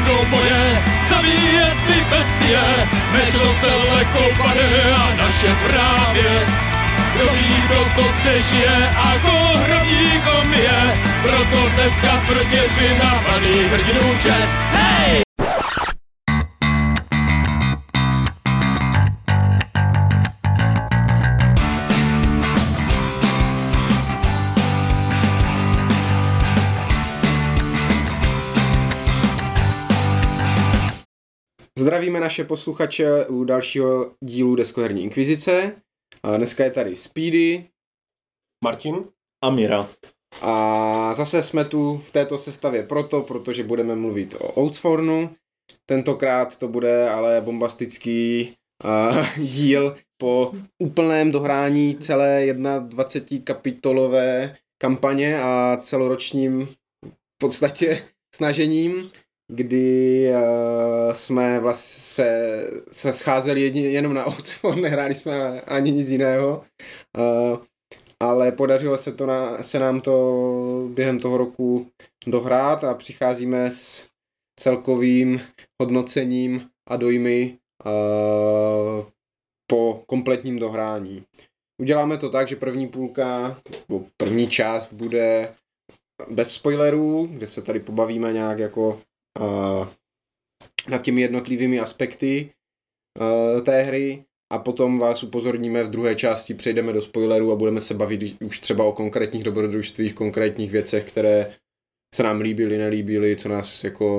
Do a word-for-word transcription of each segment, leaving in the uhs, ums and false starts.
do boje, zabíjet ty bestie, meč do celé kopane a naše právěst. Kdo ví, kdo to přežije a kohrovníkom je, proto dneska tvrděři napadí hrdinů čest. Hej! Zdravíme naše posluchače u dalšího dílu Deskoherní inkvizice. A dneska je tady Speedy, Martin a Mira. A zase jsme tu v této sestavě proto, protože budeme mluvit o Oathswornu. Tentokrát to bude ale bombastický uh, díl po úplném dohrání celé dvacetikapitolové kampaně a celoročním v podstatě snažením, kdy uh, jsme vlastně se, se scházeli jedni, jenom na Oathsworn, nehráli jsme ani nic jiného, uh, ale podařilo se, to na, se nám to během toho roku dohrát a přicházíme s celkovým hodnocením a dojmy uh, po kompletním dohrání. Uděláme to tak, že první půlka, nebo první část bude bez spoilerů, kde se tady pobavíme nějak jako Uh, nad těmi jednotlivými aspekty uh, té hry a potom vás upozorníme v druhé části, přejdeme do spoilerů a budeme se bavit už třeba o konkrétních dobrodružstvích, konkrétních věcech, které se nám líbily, nelíbily, co nás jako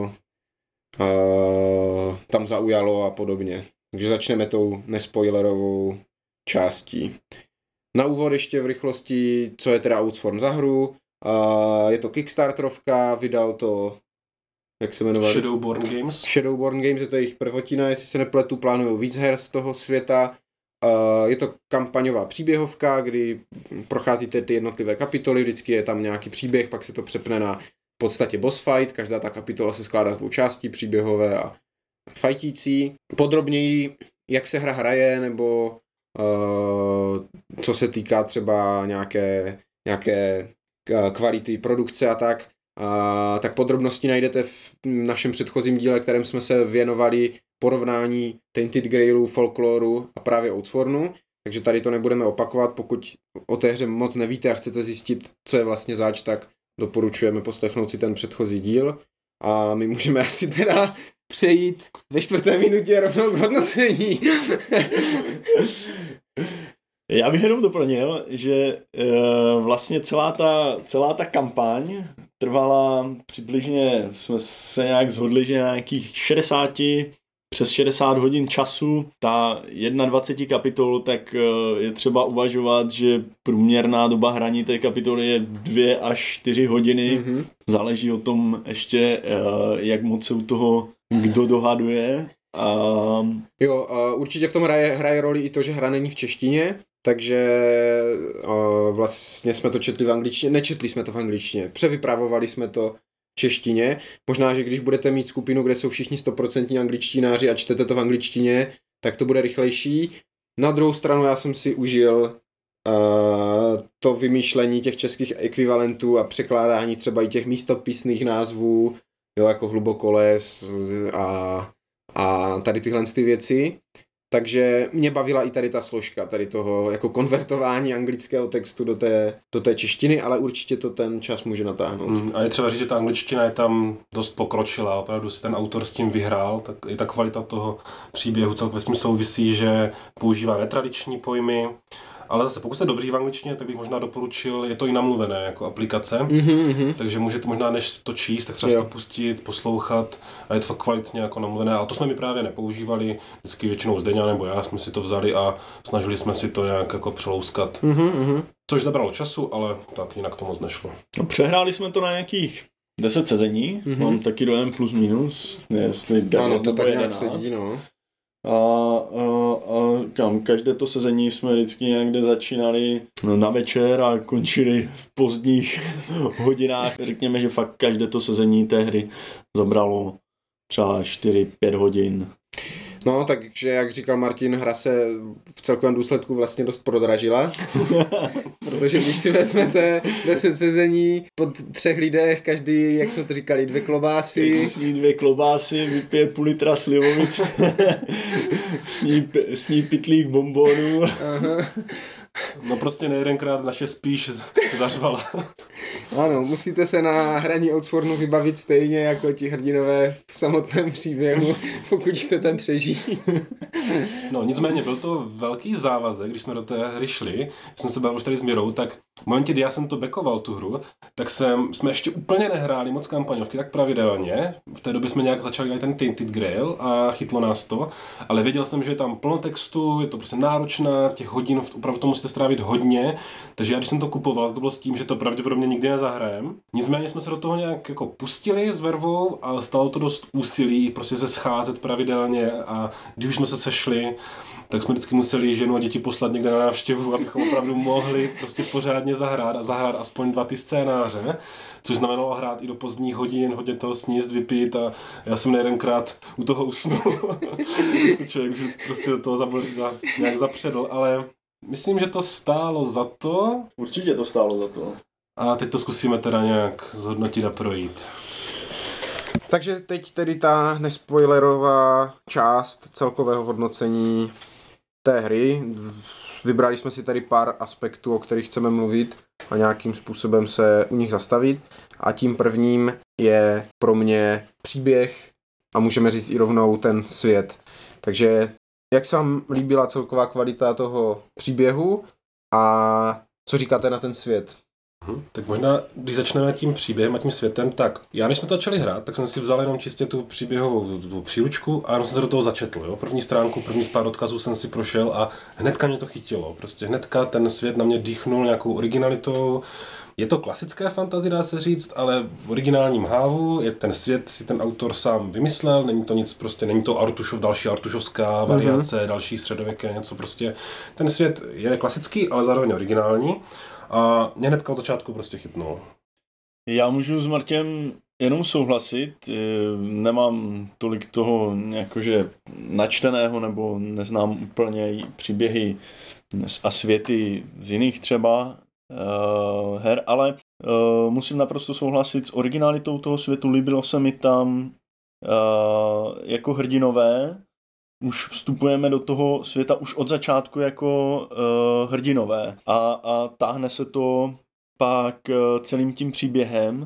uh, tam zaujalo a podobně. Takže začneme tou nespoilerovou částí. Na úvod ještě v rychlosti, co je teda Oathsworn za hru. Uh, je to Kickstarterovka, vydal to jak se jmenoval? Shadowborn Games. Shadowborn Games, je to jejich prvotina, jestli se nepletu, plánují víc her z toho světa. Uh, je to kampaňová příběhovka, kdy procházíte ty jednotlivé kapitoly, vždycky je tam nějaký příběh, pak se to přepne na v podstatě boss fight, každá ta kapitola se skládá z dvou částí, příběhové a fightící. Podrobněji, jak se hra hraje, nebo uh, co se týká třeba nějaké, nějaké kvality produkce a tak, A, tak podrobnosti najdete v našem předchozím díle, kterém jsme se věnovali porovnání Tainted Grailu, Folkloru a právě Oathswornu. Takže tady to nebudeme opakovat, pokud o té hře moc nevíte a chcete zjistit, co je vlastně zač, tak doporučujeme poslechnout si ten předchozí díl. A my můžeme asi teda přejít ve čtvrté minutě rovnou k hodnocení. Já bych jenom doplnil, že e, vlastně celá ta, celá ta kampaň trvala přibližně, jsme se nějak shodli, že nějakých šedesát, přes šedesát hodin času, ta dvacet jedna kapitol, tak e, je třeba uvažovat, že průměrná doba hraní té kapitoly je dvě až čtyři hodiny. Mm-hmm. Záleží o tom ještě, e, jak moc se u toho kdo dohaduje. A... Jo, uh, určitě v tom hraje, hraje roli i to, že hra není v češtině, takže uh, vlastně jsme to četli v angličtině, nečetli jsme to v angličtině, převypravovali jsme to v češtině. Možná, že když budete mít skupinu, kde jsou všichni sto procent angličtináři a čtete to v angličtině, tak to bude rychlejší. Na druhou stranu já jsem si užil uh, to vymýšlení těch českých ekvivalentů a překládání třeba i těch místopisných názvů, jo, jako Hlubokoles a a tady tyhle ty věci. Takže mě bavila i tady ta složka, tady toho jako konvertování anglického textu do té, do té češtiny, ale určitě to ten čas může natáhnout. Mm, a je třeba říct, že ta angličtina je tam dost pokročilá, opravdu si ten autor s tím vyhrál, tak i ta kvalita toho příběhu celkově s tím souvisí, že používá netradiční pojmy, ale zase pokud jste dobří v angličtině, tak bych možná doporučil, je to i namluvené jako aplikace, mm-hmm. takže můžete možná než to číst, tak třeba si to pustit, poslouchat a je to fakt kvalitně jako namluvené. A to jsme mi právě nepoužívali, vždycky většinou Zdeňa nebo já jsme si to vzali a snažili jsme si to nějak jako přelouskat. Mm-hmm. Což zabralo času, ale tak jinak to moc nešlo. No, přehráli jsme to na nějakých deset sezení, mm-hmm. mám taky dojem plus minus, jestli ano, to tak nějak sedí, no. A, a, a kam, každé to sezení jsme vždycky někde začínali na večer a končili v pozdních hodinách. Řekněme, že fakt každé to sezení té hry zabralo třeba čtyři pět hodin. No, takže jak říkal Martin, hra se v celkovém důsledku vlastně dost prodražila, protože když si vezmete deset sezení po třech lidech, každý, jak jsme to říkali, dvě klobásy. Každý sní dvě klobásy, vypije půl litra slivovic, sní, sní pitlík bonbonů. Aha. No prostě nejedenkrát naše spíš zařvala. Ano, musíte se na hraní Oatswornu vybavit stejně jako ti hrdinové v samotném příběhu, pokud chcete přežít. No nicméně byl to velký závazek, když jsme do té hry šli, když jsem se bavil tady s Mirou, tak v momentě, kdy já jsem to backoval tu hru, tak jsem, jsme ještě úplně nehráli moc kampaňovky, tak pravidelně. V té době jsme nějak začali dělat ten Tainted Grail a chytlo nás to, ale věděl jsem, že je tam plno textu, je to prostě náročná, těch hodin opravdu to musíte strávit hodně, takže já když jsem to kupoval, to bylo s tím, že to pravděpodobně nikdy nezahrajem. Nicméně jsme se do toho nějak jako pustili s vervou a stalo to dost úsilí, prostě se scházet pravidelně a když už jsme se sešli, tak jsme vždycky museli ženu a děti poslat někde na návštěvu, abychom opravdu mohli prostě pořádně zahrát a zahrát aspoň dva ty scénáře, což znamenalo hrát i do pozdních hodin, hodně toho sníst, vypít a já jsem nejedenkrát u toho usnul. Člověk už prostě do toho zabolí, za, nějak zapředl, ale myslím, že to stálo za to. Určitě to stálo za to. A teď to zkusíme teda nějak zhodnotit a projít. Takže teď tedy ta nespoilerová část celkového hodnocení té hry. Vybrali jsme si tady pár aspektů, o kterých chceme mluvit a nějakým způsobem se u nich zastavit. A tím prvním je pro mě příběh a můžeme říct i rovnou ten svět. Takže jak se vám líbila celková kvalita toho příběhu a co říkáte na ten svět? Hmm, tak možná, když začneme tím příběhem a tím světem, tak já než jsme to začali hrát, tak jsem si vzal jenom čistě tu příběhovou tu příručku a jenom jsem se do toho začetl. Jo? První stránku, prvních pár odkazů jsem si prošel a hnedka mě to chytilo. Prostě hnedka ten svět na mě dýchnul nějakou originalitou. Je to klasické fantasy, dá se říct, ale v originálním hávu je ten svět si ten autor sám vymyslel, není to nic prostě, není to Artušov, další Artušovská variace, mm-hmm. další středověké, něco prostě. Ten svět je klasický, ale zároveň originální. A mě hnedka od začátku prostě chytnul. Já můžu s Martěm jenom souhlasit, nemám tolik toho jakože načteného, nebo neznám úplně příběhy a světy z jiných třeba uh, her, ale uh, musím naprosto souhlasit s originalitou toho světu, líbilo se mi tam uh, jako hrdinové, už vstupujeme do toho světa už od začátku jako uh, hrdinové a, a táhne se to pak uh, celým tím příběhem.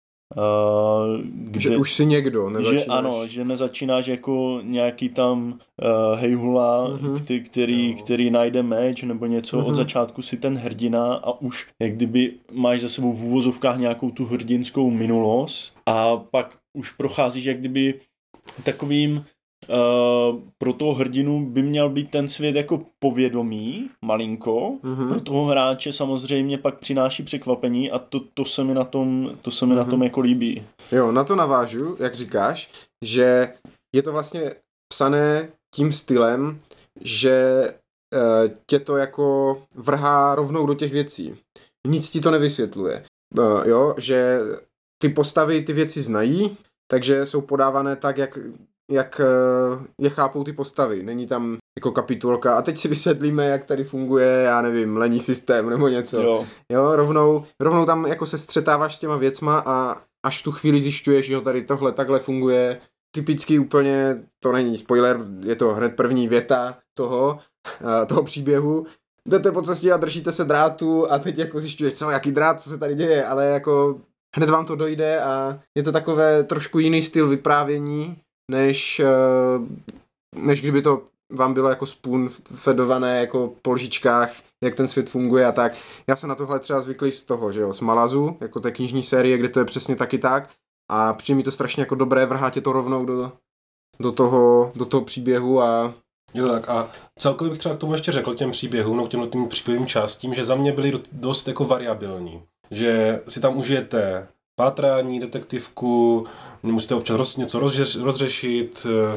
Uh, kde, že už si někdo, nezačínáš. Že ano, že nezačínáš jako nějaký tam uh, hejhula, uh-huh. který, který, který najde meč nebo něco, uh-huh. od začátku si ten hrdina a už jak kdyby máš za sebou v úvozovkách nějakou tu hrdinskou minulost a pak už procházíš jak kdyby takovým Uh, pro toho hrdinu by měl být ten svět jako povědomí, malinko, mm-hmm. pro toho hráče samozřejmě pak přináší překvapení a to, to se mi na tom, to se mi mm-hmm. na tom jako líbí. Jo, na to navážu, jak říkáš, že je to vlastně psané tím stylem, že uh, tě to jako vrhá rovnou do těch věcí. Nic ti to nevysvětluje. Uh, jo, že ty postavy ty věci znají, takže jsou podávané tak, jak jak je chápou ty postavy. Není tam jako kapitulka a teď si vysvětlíme, jak tady funguje, já nevím, lení systém nebo něco. Jo, jo rovnou, rovnou tam jako se střetáváš s těma věcma a až tu chvíli zjišťuješ, že tady tohle takhle funguje. Typicky úplně, to není spoiler, je to hned první věta toho, toho příběhu. Jdete po cestě a držíte se drátu a teď jako zjišťuješ, co, jaký drát, co se tady děje, ale jako hned vám to dojde a je to takové trošku jiný styl vyprávění, než, než kdyby to vám bylo jako spoon fedované jako po lžičkách, jak ten svět funguje a tak. Já jsem na tohle třeba zvyklý z toho, že jo, z Malazu, jako té knižní série, kde to je přesně taky tak a přijde mi to strašně jako dobré, vrhá tě to rovnou do, do, toho, do toho příběhu a je to tak a celkově bych třeba k tomu ještě řekl těm příběhům, no těm tím příběhovým částím, že za mě byly dost jako variabilní, že si tam užijete pátrání, detektivku, musíte občas roz, něco rozřeš, rozřešit,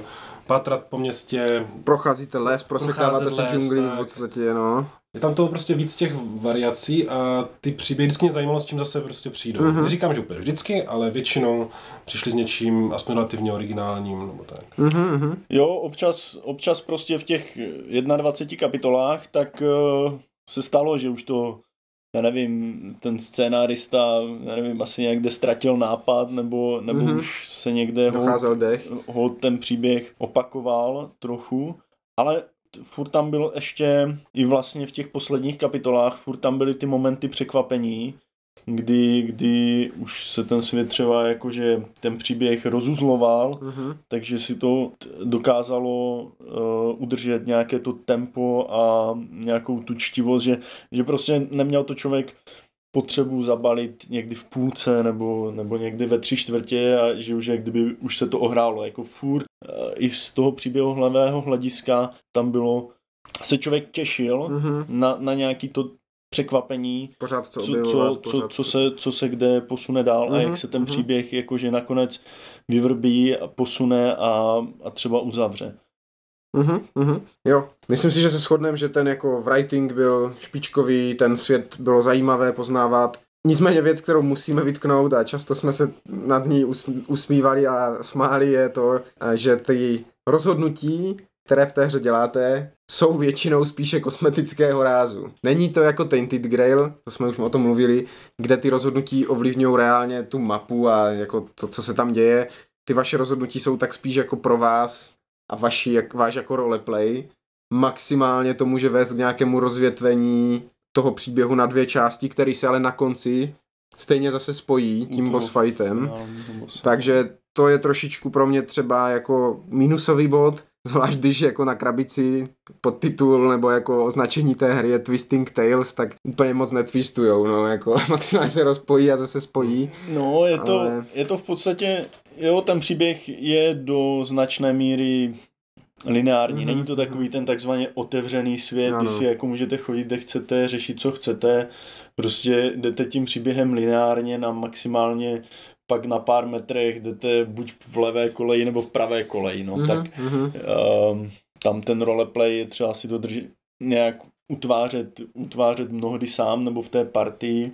pátrat po městě. Procházíte les, prosekáváte Procházet se les, džunglí v tak. podstatě, no. Je tam toho prostě víc těch variací a ty příběhy vždycky mě zajímalo, s čím zase prostě přijdou. Mhm. Neříkám, že úplně vždycky, ale většinou přišli s něčím aspoň relativně originálním, nebo tak. Mhm, mhm. Jo, občas, občas prostě v těch dvaceti jedna kapitolách, tak uh, se stalo, že už to, já nevím, ten scénárista, já nevím, asi někde ztratil nápad, nebo, nebo Mhm. už se někde Docházel dech. ho ten příběh opakoval trochu, ale t- furt tam byl ještě, i vlastně v těch posledních kapitolách, furt tam byly ty momenty překvapení, kdy, kdy už se ten svět třeba jakože ten příběh rozuzloval, Mhm. takže si to t- dokázalo uh, udržet nějaké to tempo a nějakou tu čtivost, že, že prostě neměl to člověk potřebu zabalit někdy v půlce nebo, nebo někdy ve tři čtvrtě a že už jak kdyby už se to ohrálo. Jako furt uh, i z toho příběhového hlediska tam bylo, se člověk těšil Mhm. na, na nějaký to překvapení, Pořád co co, objevovat, co, co, pořád co, se, co se kde posune dál a Mhm, jak se ten mhm. příběh jakože nakonec vyvrbí a posune a, a třeba uzavře. Mhm, mhm. Jo, myslím si, že se shodneme, že ten jako writing byl špičkový, ten svět bylo zajímavé poznávat. Nicméně věc, kterou musíme vytknout a často jsme se nad ní usm- usmívali a smáli, je to, že ty rozhodnutí, které v té hře děláte, jsou většinou spíše kosmetického rázu. Není to jako Tainted Grail, to jsme už o tom mluvili, kde ty rozhodnutí ovlivňují reálně tu mapu a jako to, co se tam děje. Ty vaše rozhodnutí jsou tak spíš jako pro vás a vaši, jak, váš jako roleplay. Maximálně to může vést k nějakému rozvětvení toho příběhu na dvě části, který se ale na konci stejně zase spojí tím U toho boss fightem. finálního bossa. Takže to je trošičku pro mě třeba jako minusový bod, zvlášť když jako na krabici podtitul nebo jako označení té hry je Twisting Tales, tak úplně moc netwistujou, no, jako maximálně se rozpojí a zase spojí. No, je to, ale- je to v podstatě, jo, ten příběh je do značné míry lineární. Mhm, Není to takový ten takzvaně otevřený svět, Ano. kdy si jako můžete chodit, kde chcete, řešit, co chcete. Prostě jdete tím příběhem lineárně na maximálně pak na pár metrech jdete buď v levé koleji nebo v pravé koleji. No, Mhm, tak mhm. um, tam ten roleplay je třeba si to držet, nějak utvářet, utvářet mnohdy sám nebo v té partii.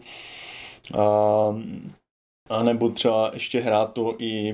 A, a nebo třeba ještě hrát to i,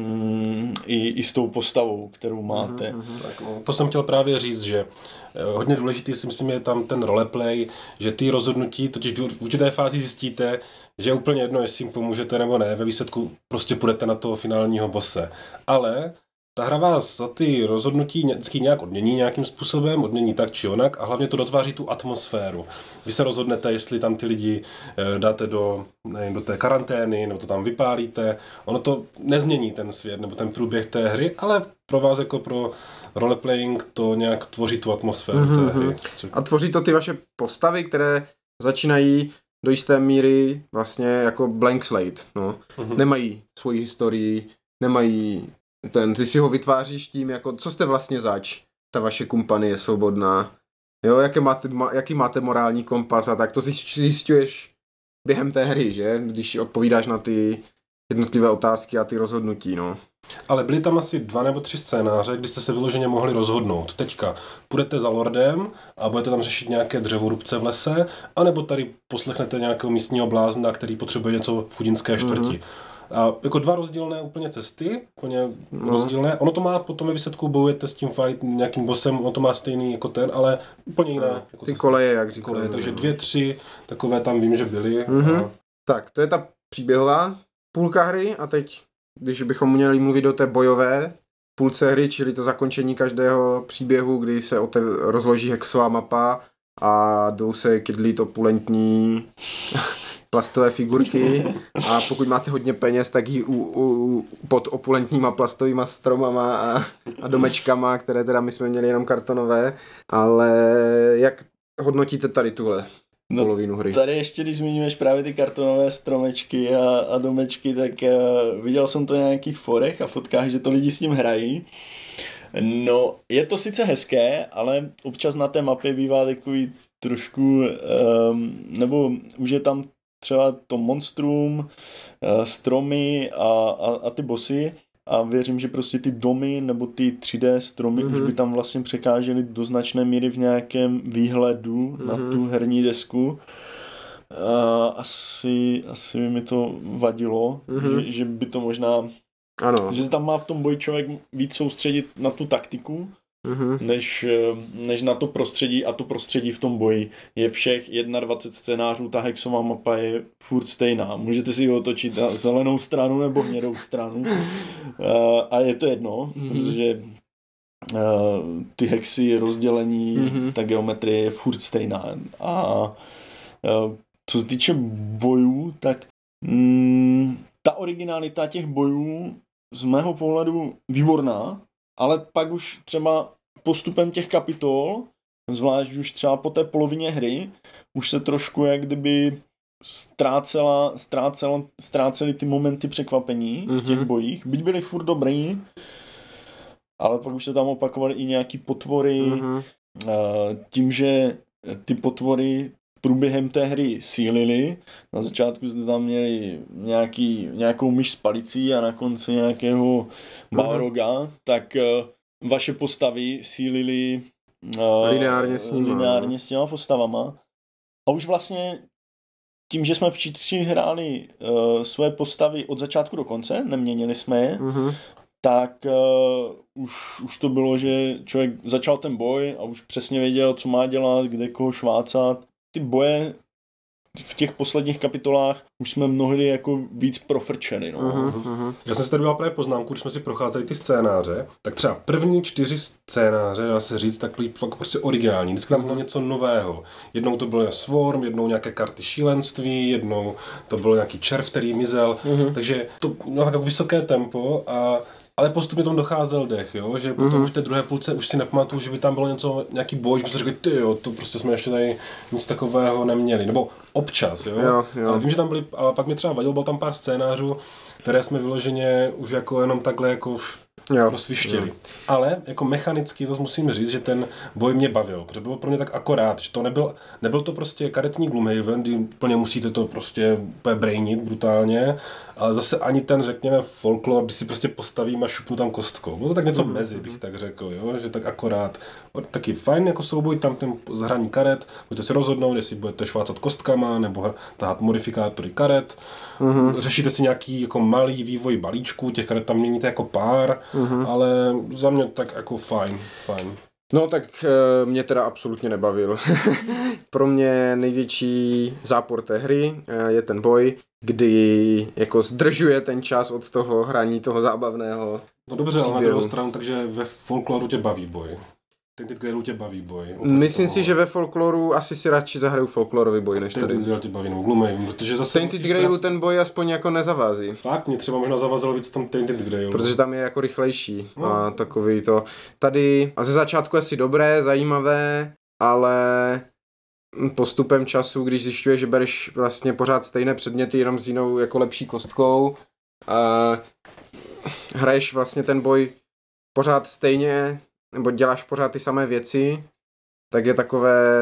mm, i, i s tou postavou, kterou máte. Mhm, mhm. Tak, no, to jsem chtěl právě říct, že eh, hodně důležitý si myslím je tam ten roleplay, že ty rozhodnutí, totiž v v určité fázi zjistíte, že je úplně jedno, jestli jim pomůžete nebo ne, ve výsledku prostě půjdete na toho finálního bosse. Ale ta hra vás za ty rozhodnutí vždycky nějak odmění nějakým způsobem, odmění tak či onak a hlavně to dotváří tu atmosféru. Vy se rozhodnete, jestli tam ty lidi eh, dáte do, nevím, do té karantény, nebo to tam vypálíte. Ono to nezmění ten svět nebo ten průběh té hry, ale pro vás jako pro roleplaying to nějak tvoří tu atmosféru Mhm, té hry. Co- A tvoří to ty vaše postavy, které začínají do jisté míry vlastně jako blank slate, no. Mhm. Nemají svoji historii, nemají ten, ty si ho vytváříš tím, jako co jste vlastně zač, ta vaše kompanie je svobodná, jo, jaké máte, ma, jaký máte morální kompas a tak, to si zjišťuješ během té hry, že, když odpovídáš na ty jednotlivé otázky a ty rozhodnutí, no. Ale byly tam asi dva nebo tři scénáře, kdy jste se vyloženě mohli rozhodnout. Teďka půjdete za lordem a budete tam řešit nějaké dřevorubce v lese, anebo tady poslechnete nějakého místního blázna, který potřebuje něco v chudinské čtvrti. Mm-hmm. A jako dva rozdílné úplně cesty, úplně No. rozdílné. Ono to má potom ve výsledku, bojujete s tím fight nějakým bossem, ono to má stejný jako ten, ale úplně jiné. No, jako ty cesty. koleje, jak říkám. Koleje, takže dvě, tři takové tam vím, že byly. Mhm. A Tak, to je ta příběhová půlka hry a teď, když bychom měli mluvit o té bojové půlce hry, čili to zakončení každého příběhu, kdy se otev- rozloží hexová mapa a jdou se kydlit opulentní plastové figurky a pokud máte hodně peněz, tak ji u, u, pod opulentníma plastovýma stromama a, a domečkama, které teda my jsme měli jenom kartonové, ale jak hodnotíte tady tuhle No, polovinu hry? Tady ještě, když zmiňuješ právě ty kartonové stromečky a, a domečky, tak uh, viděl jsem to na nějakých forech a fotkách, že to lidi s tím hrají. No, je to sice hezké, ale občas na té mapě bývá takový trošku, um, nebo už je tam třeba to monstrum, uh, stromy a, a, a ty bossy a věřím, že prostě ty domy nebo ty tři dé stromy mm-hmm. už by tam vlastně překážely do značné míry v nějakém výhledu mm-hmm. na tu herní desku. Uh, asi, asi by mi to vadilo, mm-hmm. že, že by to možná, ano. že se tam má v tom boji člověk víc soustředit na tu taktiku, mm-hmm. než, než na to prostředí, a to prostředí v tom boji je všech dvacet jedna scénářů, ta hexová mapa je furt stejná. Můžete si ji otočit na zelenou stranu nebo hnědou stranu uh, a je to jedno, mm-hmm. protože uh, ty hexy, rozdělení, mm-hmm. ta geometrie je furt stejná. A uh, co se týče bojů, tak mm, ta originalita těch bojů z mého pohledu výborná, ale pak už třeba postupem těch kapitol, zvlášť už třeba po té polovině hry, už se trošku jak kdyby ztrácela, ztrácela, ztrácely ty momenty překvapení mm-hmm. v těch bojích. Byť byly furt dobrý, ale pak už se tam opakovaly i nějaký potvory. Mm-hmm. Tím, že ty potvory průběhem té hry sílily. Na začátku jste tam měli nějaký, nějakou myš s palicí a na konci nějakého Balroga, tak uh, vaše postavy sílily uh, lineárně s nima. lineárně s těma postavama. A už vlastně tím, že jsme všichni hráli uh, své postavy od začátku do konce, neměnili jsme je, uh-huh. tak uh, už, už to bylo, že člověk začal ten boj a už přesně věděl, co má dělat, kde koho švácat. Ty boje v těch posledních kapitolách už jsme mnohdy jako víc profrčeli. No. Uh-huh, uh-huh. Já jsem si tady dělal právě poznámku, když jsme si procházeli ty scénáře, tak třeba první čtyři scénáře, dá se říct, tak byly fakt prostě originální. Vždycky tam bylo uh-huh. něco nového. Jednou to bylo Swarm, jednou nějaké karty šílenství, jednou to bylo nějaký červ, který mizel. Uh-huh. Takže to bylo jako vysoké tempo a ale postupně tomu docházel dech, jo? Že potom mm-hmm. v té druhé půlce už si nepamatuju, že by tam bylo něco, nějaký boj, že by se řekli, ty jo, to prostě jsme ještě tady nic takového neměli, nebo občas, jo, jo, jo. Ale vím, že tam byly, ale pak mi třeba vadilo, bylo tam pár scénářů, které jsme vyloženě už jako jenom takhle jako rozsvištěli. Ale jako mechanicky zase musím říct, že ten boj mě bavil, protože bylo pro mě tak akorát, že to nebyl, nebyl to prostě karetní Gloomhaven, kdy úplně musíte to prostě úplně brainit brutálně, ale zase ani ten, řekněme, folklor, kdy si prostě postavím a šupnu tam kostkou. Bylo to tak něco mm-hmm. mezi, bych tak řekl, jo? Že tak akorát. Taky fajn jako souboj, tam ten zahraní karet, můžete si rozhodnout, jestli budete švácat kostkama, nebo tahat modifikátory karet. Mm-hmm. Řešíte si nějaký jako malý vývoj balíčku, těch karet tam měníte jako pár, mm-hmm. ale za mě tak jako fajn, fajn. No tak e, mě teda absolutně nebavil. Pro mě největší zápor té hry e, je ten boj, kdy jako zdržuje ten čas od toho hraní toho zábavného. No dobře, ale na druhou stranu, takže ve folkloru tě baví boj. Tainted Grailu tě baví boj. Myslím toho... si, že ve folkloru asi si radši zahraju folklorový boj, než Tainted tady. Grail tě baví, no Gloomhaven, protože zase Tainted Grailu brát... ten boj aspoň jako nezavází. Fakt, mě třeba možná zavazilo víc tom Tainted Grailu. Protože tam je jako rychlejší no. A takový to. Tady, a ze začátku asi dobré, zajímavé, ale postupem času, když zjišťuješ, že bereš vlastně pořád stejné předměty, jenom s jinou jako lepší kostkou, a hraješ vlastně ten boj pořád stejně, nebo děláš pořád ty samé věci, tak je takové,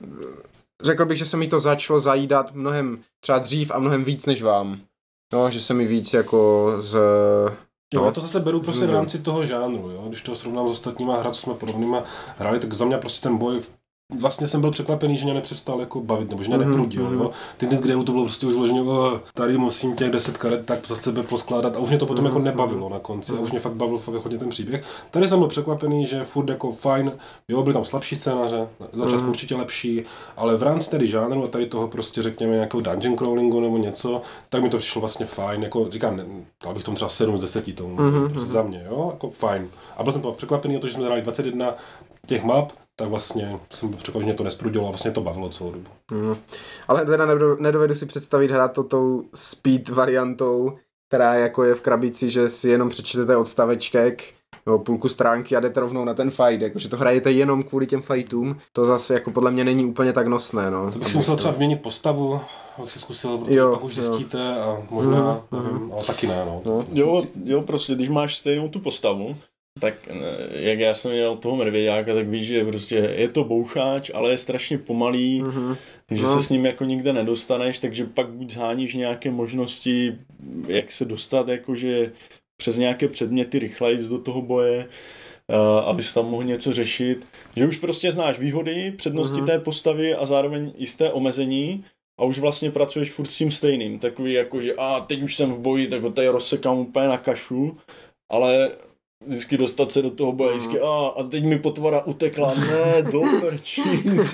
řekl bych, že se mi to začalo zajídat mnohem třeba dřív a mnohem víc než vám. No, že se mi víc jako z... Jo, no, já to zase beru prostě v rámci toho žánru, jo. Když to srovnám s ostatníma hra, co jsme podobnýma hráli, tak za mě prostě ten boj vlastně jsem byl překvapený, že mě nepřestal jako bavit, nebo že mě mm-hmm. neprudil, jo. Tainted Grailu to bylo prostě už vloženě, oh, tady musím těch deset karet tak za sebe poskládat a už mě to potom mm-hmm. jako nebavilo na konci mm-hmm. a už mě fakt bavil fakt hodně ten příběh. Tady jsem byl překvapený, že furt jako fajn, jo, byly tam slabší scénáře, začátku mm-hmm. určitě lepší, ale v rámci tady žánru a tady toho prostě řekněme nějakou dungeon crawlingu nebo něco, tak mi to přišlo vlastně fajn, jako říkám, ne, dal bych tomu třeba sedm z deseti tomu, mm-hmm. prostě za mě, jo, jako fajn. A byl jsem to překvapený o to, že jsme hráli dvacet jedna těch map, tak vlastně jsem překvapený, že mě to nesprudilo a vlastně to bavilo celou dobu. Mm. Ale teda nedovedu si představit hrát to tou speed variantou, která jako je v krabici, že si jenom přečtete odstavečkek nebo půlku stránky a jdete rovnou na ten fight, jakože to hrajete jenom kvůli těm fightům, to zase jako podle mě není úplně tak nosné, no. To bych si musel třeba vyměnit postavu, abych si zkusil, protože jo, pak už jo. zjistíte a možná, mm, nevím, mm. ale taky ne, no. no. Jo, jo, prostě, když máš stejnou tu postavu, tak jak já jsem měl toho medvěďáka, tak víš, že prostě je to boucháč, ale je strašně pomalý, mm-hmm. že no. se s ním jako nikde nedostaneš, takže pak buď zháníš nějaké možnosti, jak se dostat jakože přes nějaké předměty rychleji do toho boje, abys tam mohl něco řešit. Že už prostě znáš výhody, přednosti uh-huh. té postavy a zároveň jisté omezení a už vlastně pracuješ furt s tím stejným. Takový jako, že a teď už jsem v boji, tak ho tady rozsekám úplně na kašu, ale vždycky dostat se do toho boje, vždycky a, a teď mi potvora utekla, ne, do prčí.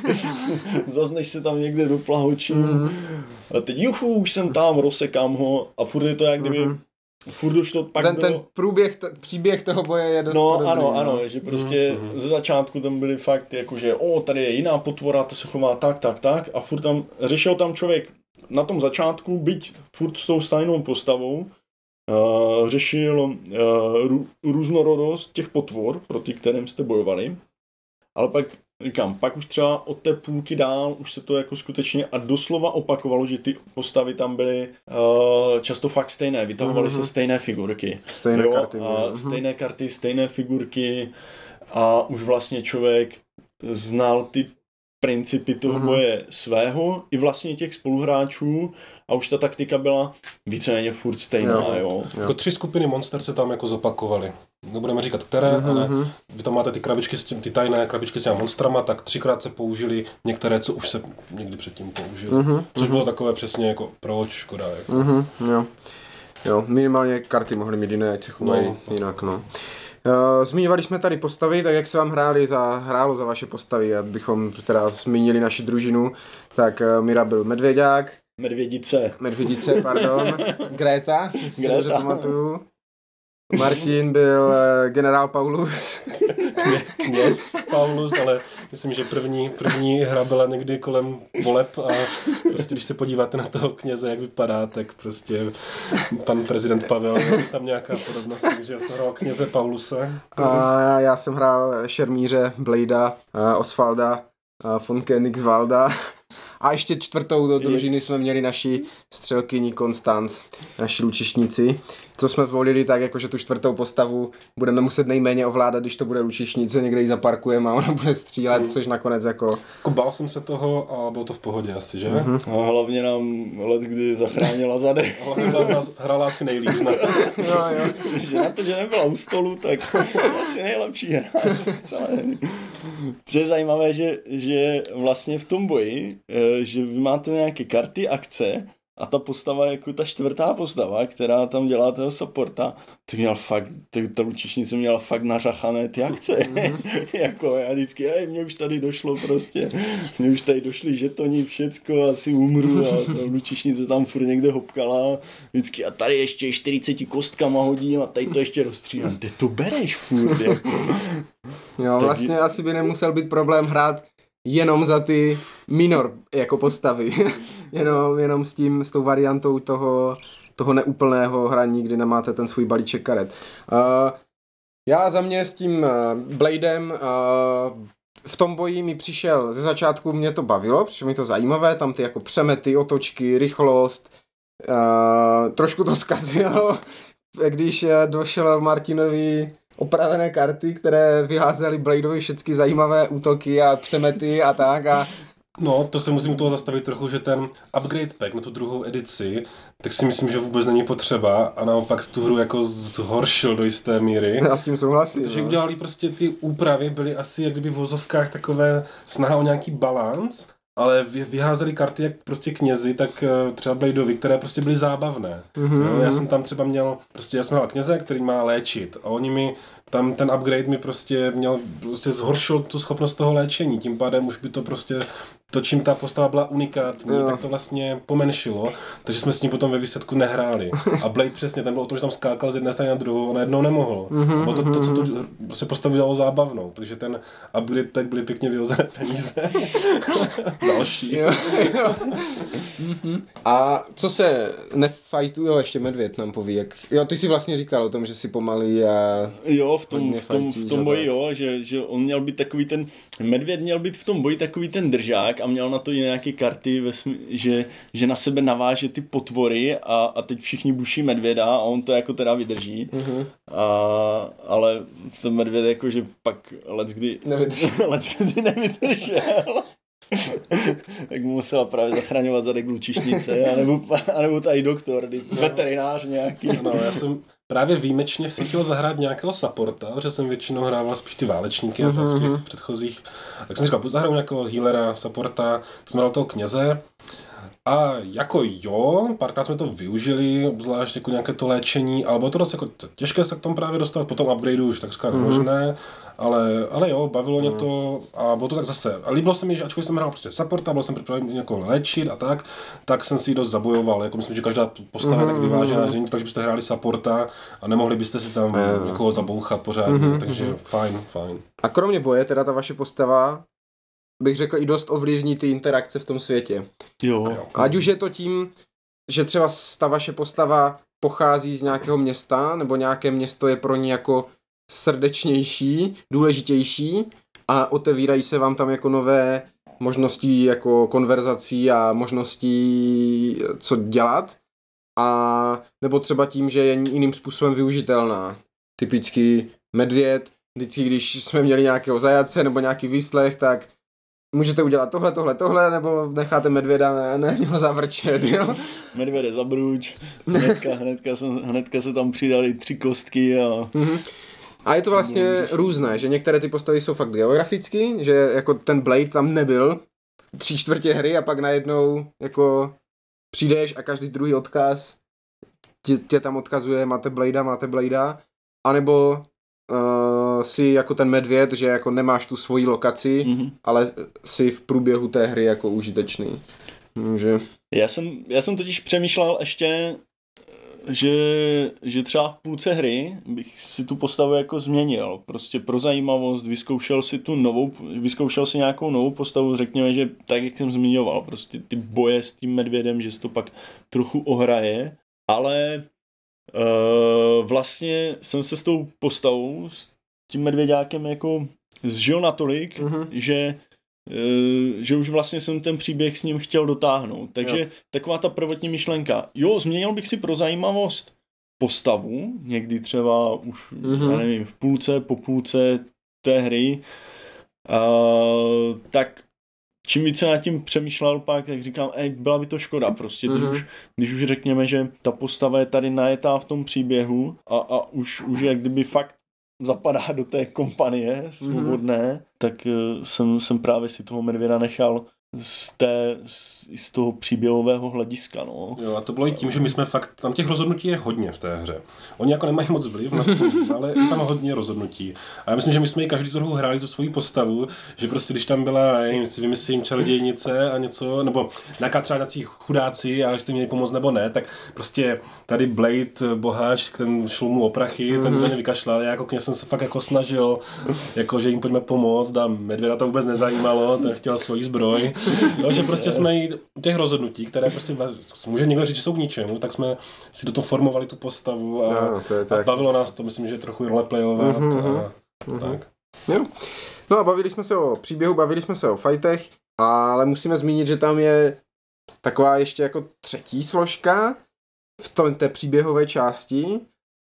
Zas než se tam někde doplahočím. Uh-huh. A teď juchu, už jsem tam, rozsekám ho a furt je to jak kdyby uh-huh. Furt už to pak ten, bylo... ten průběh, t- příběh toho boje je dost No podobný, ano, no. ano, že prostě mm-hmm. ze začátku tam byly fakt jako, že o, tady je jiná potvora, to se chová tak, tak, tak a furt tam, řešil tam člověk na tom začátku, byť furt s tou stejnou postavou, uh, řešil uh, rů, různorodost těch potvor, proti kterým jste bojovali, ale pak říkám, pak už třeba od té půlky dál už se to jako skutečně a doslova opakovalo, že ty postavy tam byly uh, často fakt stejné, vytahovaly mm-hmm. se stejné figurky. Stejné jo? karty. A Mm-hmm. stejné karty, stejné figurky a už vlastně člověk znal ty principy toho mm-hmm. boje svého i vlastně těch spoluhráčů a už ta taktika byla víceméně furt stejná, jo. jo. Jako tři skupiny monster se tam jako zopakovaly. Nebudeme říkat které, mm-hmm. ale vy tam máte ty krabičky s tím, ty tajné krabičky s těmi monstrama, tak třikrát se použili některé, co už se někdy předtím použili. Mm-hmm. Což bylo takové přesně jako proč, škoda. Jako. Mm-hmm, jo. jo, minimálně karty mohly mít jiné, ať se chovají no, jinak, no. Uh, zmiňovali jsme tady postavy, tak jak se vám hráli za, hrálo za vaše postavy, abychom teda zmínili naši družinu, tak uh, Mira byl medvěďák. Medvědice. Medvědice, pardon. Greta, si dobře pamatuju. Martin byl uh, generál Paulus. Kněz Paulus, ale myslím, že první, první hra byla někdy kolem voleb a prostě když se podíváte na toho kněze, jak vypadá, tak prostě pan prezident Pavel, tam nějaká podobnost, takže já jsem hrál kněze Pauluse. A já jsem hrál šermíře Blada, uh, Osvalda, uh, von Königswalda. A ještě čtvrtou do družiny jsme měli naši střelkyni Konstanc, naši lučišníci, co jsme zvolili tak, jako že tu čtvrtou postavu budeme muset nejméně ovládat, když to bude lučišnice, někde ji zaparkujeme a ona bude střílet, mm. což nakonec jako... Jako bál jsem se toho a bylo to v pohodě asi, že? Mm-hmm. A hlavně nám let, kdy zachránila zadek. Hlavně byla z nás hrála asi nejlíp. No, jo. Že na to, že nebyla u stolu, tak asi nejlepší hra z celé hry. Co je zajímavé, že, že vlastně v tom boji, že vy máte nějaké karty, akce a ta postava jako ta čtvrtá postava, která tam dělá toho supporta, to měl fakt, to, ta lučišnice měla fakt nařachané ty akce. Mm-hmm. jako já vždycky, hej, mně už tady došlo prostě, mně už tady došly žetoni, všecko, asi umru a ta lučišnice tam furt někde hopkala. Vždycky a tady ještě čtyřiceti kostkama hodím a tady to ještě rozstříhám. Ty to bereš furt. Jako. Jo, vlastně tak... asi by nemusel být problém hrát jenom za ty minor jako postavy. jenom, jenom s tím, s tou variantou toho, toho neúplného hraní, kdy nemáte ten svůj balíček karet. Uh, já za mě s tím uh, Bladem uh, v tom boji mi přišel, ze začátku mě to bavilo, přišlo mi to zajímavé, tam ty jako přemety, otočky, rychlost, uh, trošku to zkazilo, když uh, došel Martinovi opravené karty, které vyházely Bladovi všechny zajímavé útoky a přemety a tak a no, to se musím u toho zastavit trochu, že ten upgrade pack na tu druhou edici, tak si myslím, že vůbec není potřeba a naopak tu hru jako zhoršil do jisté míry. Já s tím souhlasím. Protože no. udělali prostě ty úpravy, byly asi jak kdyby v vozovkách takové snaha o nějaký balans, ale vyházeli karty jak prostě knězi, tak třeba Bladovi, které prostě byly zábavné. Mm-hmm. Jo, já jsem tam třeba měl, prostě já jsem měl kněze, který má léčit a oni mi tam ten upgrade mi prostě měl, prostě zhoršil tu schopnost toho léčení, tím pádem už by to prostě, to čím ta postava byla unikátní, jo. tak to vlastně pomenšilo, takže jsme s ním potom ve výsledku nehráli. A Blade přesně, ten byl o tom, že tam skákal z jedné strany na druhou, a najednou nemohl. Mm-hmm, bylo to, to, co to se postavu dělalo zábavnou, takže ten upgrade pack byly pěkně vyhozené peníze. Další. Jo, jo. Mm-hmm. A co se nefajtuje, ještě Medvěd nám poví, jak, jo, ty jsi vlastně říkal o tom, že si pomalý a... Jo, v tom, v tom, v tom boji, jo, že, že on měl být takový ten, Medvěd měl být v tom boji takový ten držák a měl na to i nějaké karty, vesmi, že, že na sebe naváže ty potvory a, a teď všichni buší medvěda a on to jako teda vydrží. Uh-huh. A, ale ten medvěd jako, že pak leckdy nevydržel. leckdy nevydržel. Tak mu musela právě zachraňovat zadek lučišnice, anebo, anebo tady doktor, veterinář nějaký. No, já jsem právě výjimečně si chtěl zahrát nějakého supporta, protože jsem většinou hrával spíš ty válečníky a tak v těch předchozích. Tak jsem si říkal, zahraju nějakého healera, supporta, to jsem hrál toho kněze. A jako jo, párkrát jsme to využili, obzvlášť jako nějaké to léčení, ale bylo to dost jako těžké se k tomu právě dostat, po tom upgradeu už takřka nemožné, ale, ale jo, bavilo mě to a bylo to tak zase. A líbilo se mi, že ačkoliv jsem hrál prostě supporta, byl jsem připraven jako léčit a tak, tak jsem si ji dost zabojoval, jako myslím, že každá postava je tak vyvážená, že takže byste hráli supporta a nemohli byste si tam někoho zabouchat pořádně, takže fajn, fajn. A kromě boje, teda ta vaše postava, bych řekl, i dost ovlivní ty interakce v tom světě. Jo. Ať už je to tím, že třeba ta vaše postava pochází z nějakého města, nebo nějaké město je pro ní jako srdečnější, důležitější a otevírají se vám tam jako nové možnosti jako konverzací a možností co dělat. A nebo třeba tím, že je jiným způsobem využitelná. Typicky medvěd, vždycky když jsme měli nějakého zajace nebo nějaký výslech, tak můžete udělat tohle, tohle, tohle, nebo necháte medvěda na, na něho zavrčet, jo? Medvěde zabruč, hnedka, hnedka, jsem, hnedka se tam přidali tři kostky a... Mm-hmm. A je to vlastně různé, že některé ty postavy jsou fakt geograficky, že jako ten Blade tam nebyl tři čtvrtě hry a pak najednou jako přijdeš a každý druhý odkaz tě, tě tam odkazuje, máte Bladea, máte Bladea, anebo Uh, si jako ten medvěd, že jako nemáš tu svoji lokaci, mm-hmm. ale si v průběhu té hry jako užitečný. Že... Já jsem, já jsem totiž přemýšlel ještě, že, že třeba v půlce hry bych si tu postavu jako změnil. Prostě pro zajímavost, vyzkoušel si tu novou, vyzkoušel si nějakou novou postavu, řekněme, že tak, jak jsem zmiňoval, prostě ty boje s tím medvědem, že se to pak trochu ohraje, ale Uh, vlastně jsem se s tou postavou, s tím medvěďákem jako zžil natolik, uh-huh. že, uh, že už vlastně jsem ten příběh s ním chtěl dotáhnout. Takže jo. Taková ta prvotní myšlenka. Jo, změnil bych si pro zajímavost postavu, někdy třeba už, uh-huh. já nevím, v půlce, po půlce té hry, uh, tak čím více já tím přemýšlel pak, tak říkám, ej, byla by to škoda prostě, když, mm-hmm. už, když už řekněme, že ta postava je tady najetá v tom příběhu a, a už, už jak kdyby fakt zapadá do té kompanie svobodné, mm-hmm. tak uh, jsem, jsem právě si toho medvěda nechal z, té, z, z toho příběhového hlediska, no. Jo, a to bylo i tím, že my jsme fakt, tam těch rozhodnutí je hodně v té hře. Oni jako nemají moc vliv na to, ale je tam hodně rozhodnutí. A já myslím, že my jsme i každý trochu hráli tu svoji postavu, že prostě když tam byla, nevím, si vymyslím čarodějnice a něco, nebo nějaká třeba nějací chudáci a jste měli pomoct nebo ne, tak prostě tady Blade, boháč, ten šel mu o prachy, mm-hmm. ten mě vykašlal, já jako kněz jsem se fakt jako snažil, jako že jim pojďme pomoct, a medvěda to vůbec nezajímalo, ten chtěl svoji zbroj. Jo, že prostě jsme i u těch rozhodnutí, které prostě může někdo říct, že jsou k ničemu, tak jsme si do toho formovali tu postavu a, no, to je tak. A bavilo nás to, myslím, že trochu roleplayovat mm-hmm. a mm-hmm. tak. Jo. No a bavili jsme se o příběhu, bavili jsme se o fightech, ale musíme zmínit, že tam je taková ještě jako třetí složka v tom, té příběhové části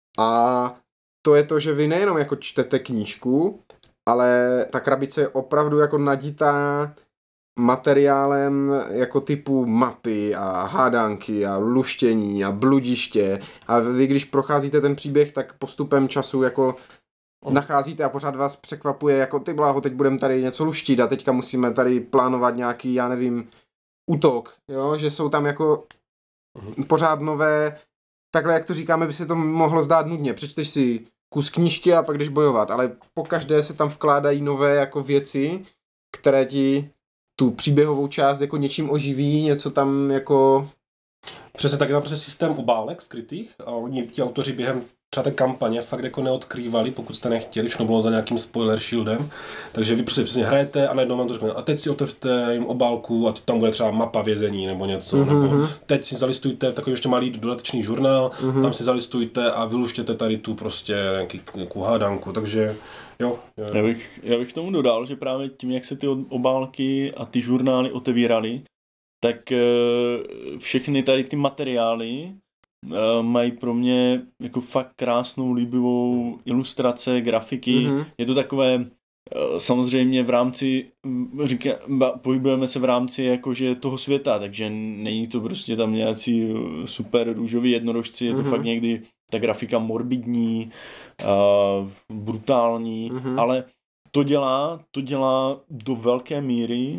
a to je to, že vy nejenom jako čtete knížku, ale ta krabice je opravdu jako naditá materiálem jako typu mapy a hádanky a luštění a bludiště a vy, když procházíte ten příběh, tak postupem času jako nacházíte a pořád vás překvapuje jako ty bláho, teď budeme tady něco luštit a teďka musíme tady plánovat nějaký, já nevím, útok, jo, že jsou tam jako pořád nové, takhle jak to říkáme, by se to mohlo zdát nudně, přečteš si kus knížky a pak jdeš bojovat, ale po každé se tam vkládají nové jako věci, které ti tu příběhovou část jako něčím oživí, něco tam jako... Přesně tak, je tam prostě systém obálek skrytých a oni, ti autoři během třeba té kampaně fakt jako neodkrývali, pokud jste nechtěli, všechno bylo za nějakým spoiler shieldem, takže vy prostě přesně hrajete a najednou vám to řekne, a teď si otevřte jim obálku a tam bude třeba mapa vězení nebo něco, mm-hmm. nebo teď si zalistujte takový ještě malý dodatečný žurnál, mm-hmm. tam si zalistujte a vyluštěte tady tu prostě nějaký, nějakou hádanku, takže jo. jo. Já bych, já bych tomu dodal, že právě tím, jak se ty obálky a ty žurnály otevíraly, tak všechny tady ty materiály mají pro mě jako fakt krásnou, líbivou ilustrace, grafiky. Mm-hmm. Je to takové samozřejmě v rámci, říká, pohybujeme se v rámci jakože toho světa, takže není to prostě tam nějací super růžový jednorožci, je to mm-hmm. fakt někdy ta grafika morbidní, uh, brutální, mm-hmm. ale to dělá, to dělá do velké míry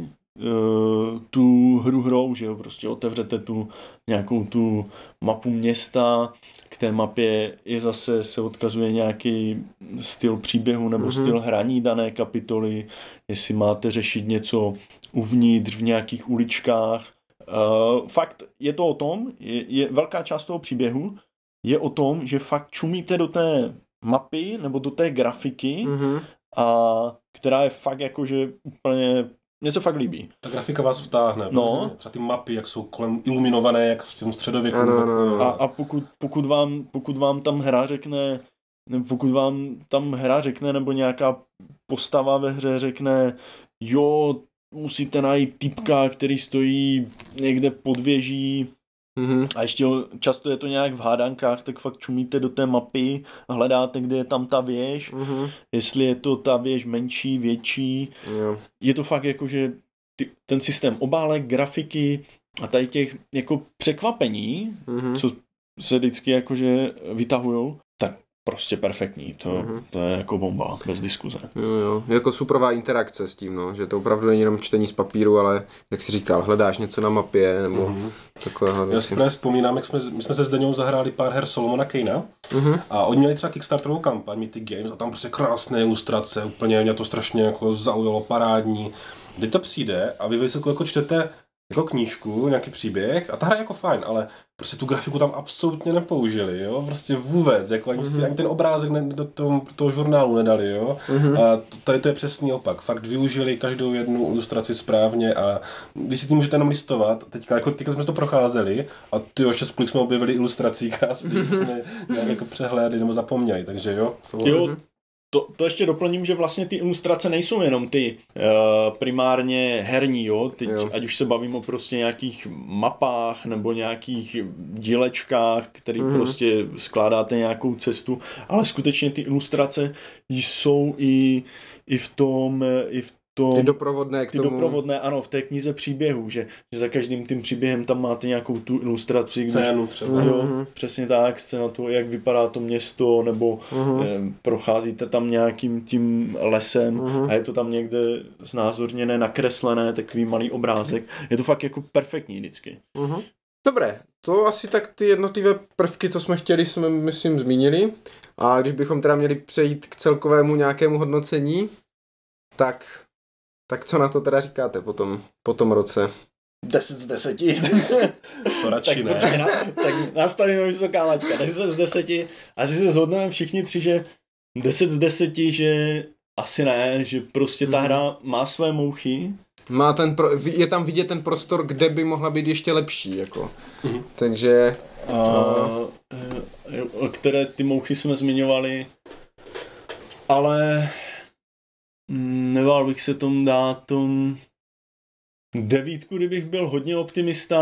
uh, tu hru hrou, že jo, prostě otevřete tu nějakou tu mapu města, k té mapě je zase se odkazuje nějaký styl příběhu nebo mm-hmm. styl hraní dané kapitoly, jestli máte řešit něco uvnitř v nějakých uličkách. Uh, fakt je to o tom, je, je velká část toho příběhu je o tom, že fakt čumíte do té mapy nebo do té grafiky, mm-hmm. a která je fakt jakože úplně, mně se fakt líbí. Ta grafika vás vtáhne. No. Prostě. Třeba ty mapy, jak jsou kolem iluminované, jak v tom středověku. Ano, ano, ano. A, a pokud, pokud, vám, pokud vám tam hra řekne, nebo pokud vám tam hra řekne, nebo nějaká postava ve hře řekne, jo, musíte najít typka, který stojí někde pod věží, mm-hmm. a ještě často je to nějak v hádankách, tak fakt čumíte do té mapy, hledáte, kde je tam ta věž, mm-hmm. jestli je to ta věž menší, větší. Jo. Je to fakt jako, že ty, ten systém obálek, grafiky a tady těch jako překvapení, mm-hmm. co se vždycky jakože vytahujou, tak prostě perfektní. To, mm-hmm. to je jako bomba, bez diskuze. Jo, jo. Jako superová interakce s tím, no. Že to opravdu není jenom čtení z papíru, ale jak jsi říkal, hledáš něco na mapě, nebo mm-hmm. takového věci. Já si právě vzpomínám, jak jsme, my jsme se s Deňou zahráli pár her Solomona Kane'a mm-hmm. a oni měli třeba Kickstarterovou kampaň Mythic Games a tam prostě krásné ilustrace, úplně mě to strašně jako zaujalo, parádní. Kdy to přijde a vy vysoko jako čtete jako knížku, nějaký příběh a ta hra je jako fajn, ale prostě tu grafiku tam absolutně nepoužili, jo, prostě vůbec, jako ani, mm-hmm. ani ten obrázek ne, do toho, toho žurnálu nedali, jo, mm-hmm. a to, tady to je přesný opak, fakt využili každou jednu ilustraci správně a vy si tím můžete jenom listovat, teďka, jako, teďka jsme to procházeli a ty ještě spolu jsme objevili ilustrací krásný, jsme nějak jako přehlédli nebo zapomněli, takže jo. jo. To, to ještě doplním, že vlastně ty ilustrace nejsou jenom ty uh, primárně herní, jo? Teď, jo. Ať už se bavím o prostě nějakých mapách nebo nějakých dílečkách, který mm-hmm. prostě skládáte nějakou cestu, ale skutečně ty ilustrace jsou i, i v tom, i v tom, ty doprovodné k ty tomu. doprovodné, ano, v té knize příběhu, že, že za každým tím příběhem tam máte nějakou tu ilustraci. Scénu když, třeba. Jo, mm-hmm. přesně tak, scéna toho, jak vypadá to město, nebo mm-hmm. eh, procházíte tam nějakým tím lesem mm-hmm. a je to tam někde znázorněné, nakreslené, takový malý obrázek. Je to fakt jako perfektní vždycky. Mm-hmm. Dobré, to asi tak ty jednotlivé prvky, co jsme chtěli, jsme myslím zmínili. A když bychom teda měli přejít k celkovému nějakému hodnocení, tak... Tak co na to teda říkáte po tom, po tom roce? deset z deseti. To radši tak, ne. Na, tak nastavíme vysoká laťka. deset z deseti. Asi se shodneme všichni tři, že deset z deseti, že asi ne, že prostě ta hra má své mouchy. Má ten pro, je tam vidět ten prostor, kde by mohla být ještě lepší, jako. Mm-hmm. Takže... A, a, které ty mouchy jsme zmiňovali, ale... Nebál bych se tomu dát tom devítku, kdybych byl hodně optimista.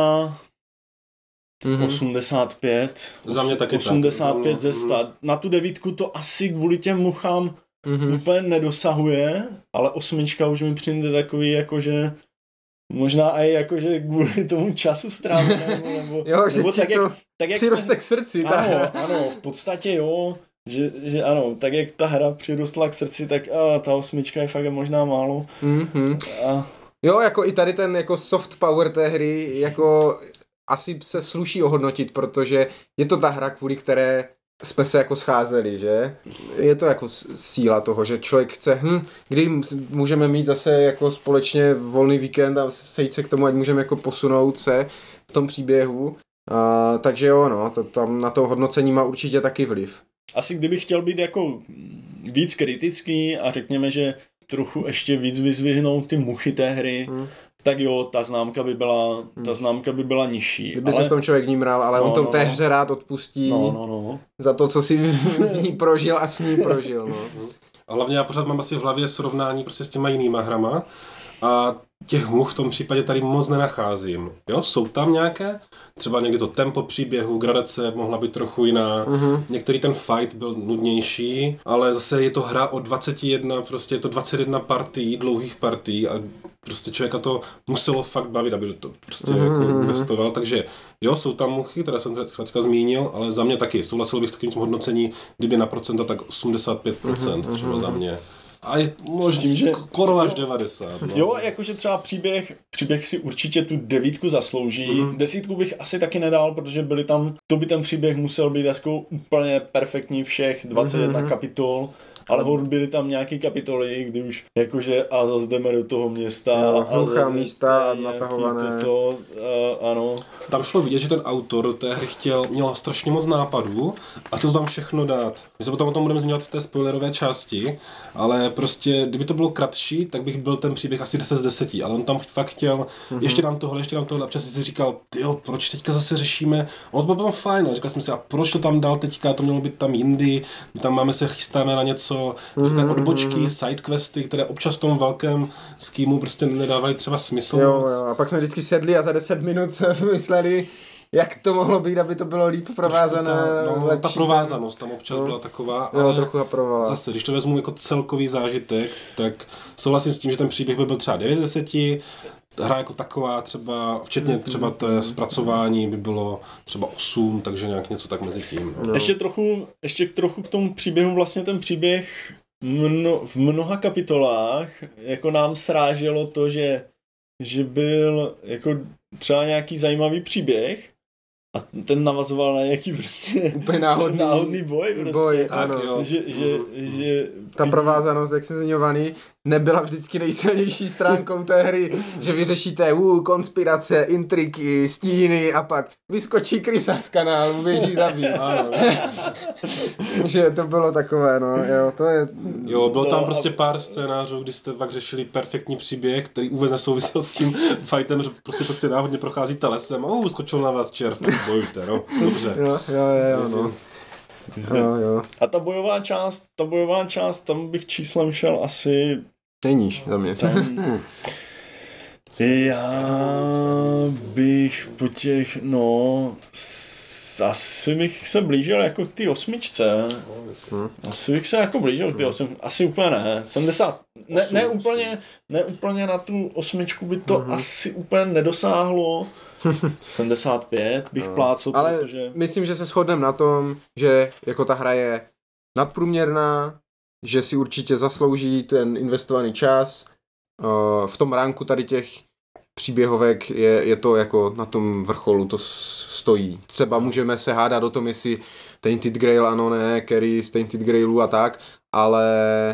Mm-hmm. osmdesát pět. Za mě taky osmdesát pět tak. ze sta. Na tu devítku to asi kvůli těm muchám mm-hmm. úplně nedosahuje, ale osmička už mi přijde takový jakože možná i jakože kvůli tomu času strávenému, nebo, jo, že nebo ti tak, to jak, tak jak přiroste jsme, k srdci. Ta ano, hra. ano, v podstatě jo. Že, že ano, tak jak ta hra přirostla k srdci, tak a, ta osmička je fakt možná málo. Mm-hmm. A... Jo, jako i tady ten jako soft power té hry, jako asi se sluší ohodnotit, protože je to ta hra, kvůli které jsme se jako scházeli, že? Je to jako síla toho, že člověk chce, hm, kdy můžeme mít zase jako společně volný víkend a sejít se k tomu, ať můžeme jako posunout se v tom příběhu. A, takže jo, no, to, tam na to hodnocení má určitě taky vliv. Asi kdybych chtěl být jako víc kritický a řekněme, že trochu ještě víc vyzvihnout ty muchy té hry, hmm. tak jo, ta známka by byla, ta známka by byla nižší. Kdyby ale... se v tom člověk nímral, ale no, on to no, té no. hře rád odpustí no, no, no. za to, co si v ní prožil a s ní prožil. No. A hlavně já pořád mám asi v hlavě srovnání prostě s těma jinýma hrama a těch much v tom případě tady moc nenacházím. Jo, jsou tam nějaké, třeba někdy to tempo příběhu, gradace mohla být trochu jiná, mm-hmm. některý ten fight byl nudnější, ale zase je to hra o dvacet jedna, prostě je to dvacet jedna partií, dlouhých partií a prostě člověka to muselo fakt bavit, aby to prostě mm-hmm. jako investoval, takže jo, jsou tam muchy, které jsem teďka zmínil, ale za mě taky, souhlasil bych s takovým tím hodnocení, kdyby na procenta, tak osmdesát pět procent mm-hmm. třeba za mě. A je možná skoro až devadesát. No. Jo, jakože třeba příběh, příběh si určitě tu devítku zaslouží. Mm. Desítku bych asi taky nedal, protože byly tam, to by ten příběh musel být jako úplně perfektní všech dvacet jedna mm. kapitol. Ale hod byly tam nějaké kapitoly, kdy už jakože a zase jdeme do toho města jo, a zase místa natahované. To, uh, ano. Tam šlo vidět, že ten autor té hry chtěl, měl strašně moc nápadů a to tam všechno dát. My se potom o tom budeme zmiňovat v té spoilerové části, ale prostě, kdyby to bylo kratší, tak bych byl ten příběh asi deset z deseti, ale on tam fakt chtěl, mm-hmm. ještě nám tohle, ještě nám tohle, a občas si říkal, tyjo, proč teďka zase řešíme, ono to bylo potom fajn, ale říkal jsem si, a proč to tam dal teďka, to mělo být tam jindy, tam máme se chystáme na něco, mm-hmm. odbočky, sidequesty, které občas v tom velkém skýmu prostě nedávaly třeba smysl. Jo, moc. jo, a pak jsme vždycky sedli a za deset minut jsme mysleli, jak to mohlo být, aby to bylo líp provázané, ta, no, lepší. Ta provázanost tam občas no. byla taková, jo, ale trochu haprovala. Zase, když to vezmu jako celkový zážitek, tak souhlasím s tím, že ten příběh by byl třeba devět z deseti, hra jako taková třeba, včetně třeba té zpracování by bylo třeba osm, takže nějak něco tak mezi tím. No. Ještě trochu, ještě trochu k tomu příběhu, vlastně ten příběh mno, v mnoha kapitolách jako nám sráželo to, že, že byl jako třeba nějaký zajímavý příběh a ten navazoval na nějaký prostě úplně náhodný, náhodný boj. Prostě. boj ano. Jo. Že, že, že ta provázanost, jak jsem zmiňovaný, nebyla vždycky nejsilnější stránkou té hry, že vyřešíte uh, konspirace, intriky, stíny a pak vyskočí krysa z kanálu, běží zabít. Že to bylo takové, no, jo, to je... Jo, bylo tam prostě pár scénářů, kdy jste pak řešili perfektní příběh, který vůbec nesouvisel s tím fightem, že prostě prostě náhodně procházíte lesem a uh, skočil na vás červ, bojujte, no, dobře. Jo, jo, jo, no. Jo, jo. A ta bojová část, ta bojová část, tam bych číslem šel asi... Nejníž za mě. Tam... Já bych po těch, no, asi bych se blížil jako k té osmičce. Asi bych se jako blížil k té osmičce. Asi úplně ne. sedmdesát. Ne, ne, úplně, ne úplně na tu osmičku by to asi úplně nedosáhlo. sedmdesát pět bych no. plácel, ale protože... myslím, že se shodneme na tom, že jako ta hra je nadprůměrná, že si určitě zaslouží ten investovaný čas. V tom ranku tady těch příběhovek je, je to jako na tom vrcholu to stojí. Třeba můžeme se hádat o tom, jestli Tainted Grail ano, ne, Carrie z Tainted Grailu a tak, ale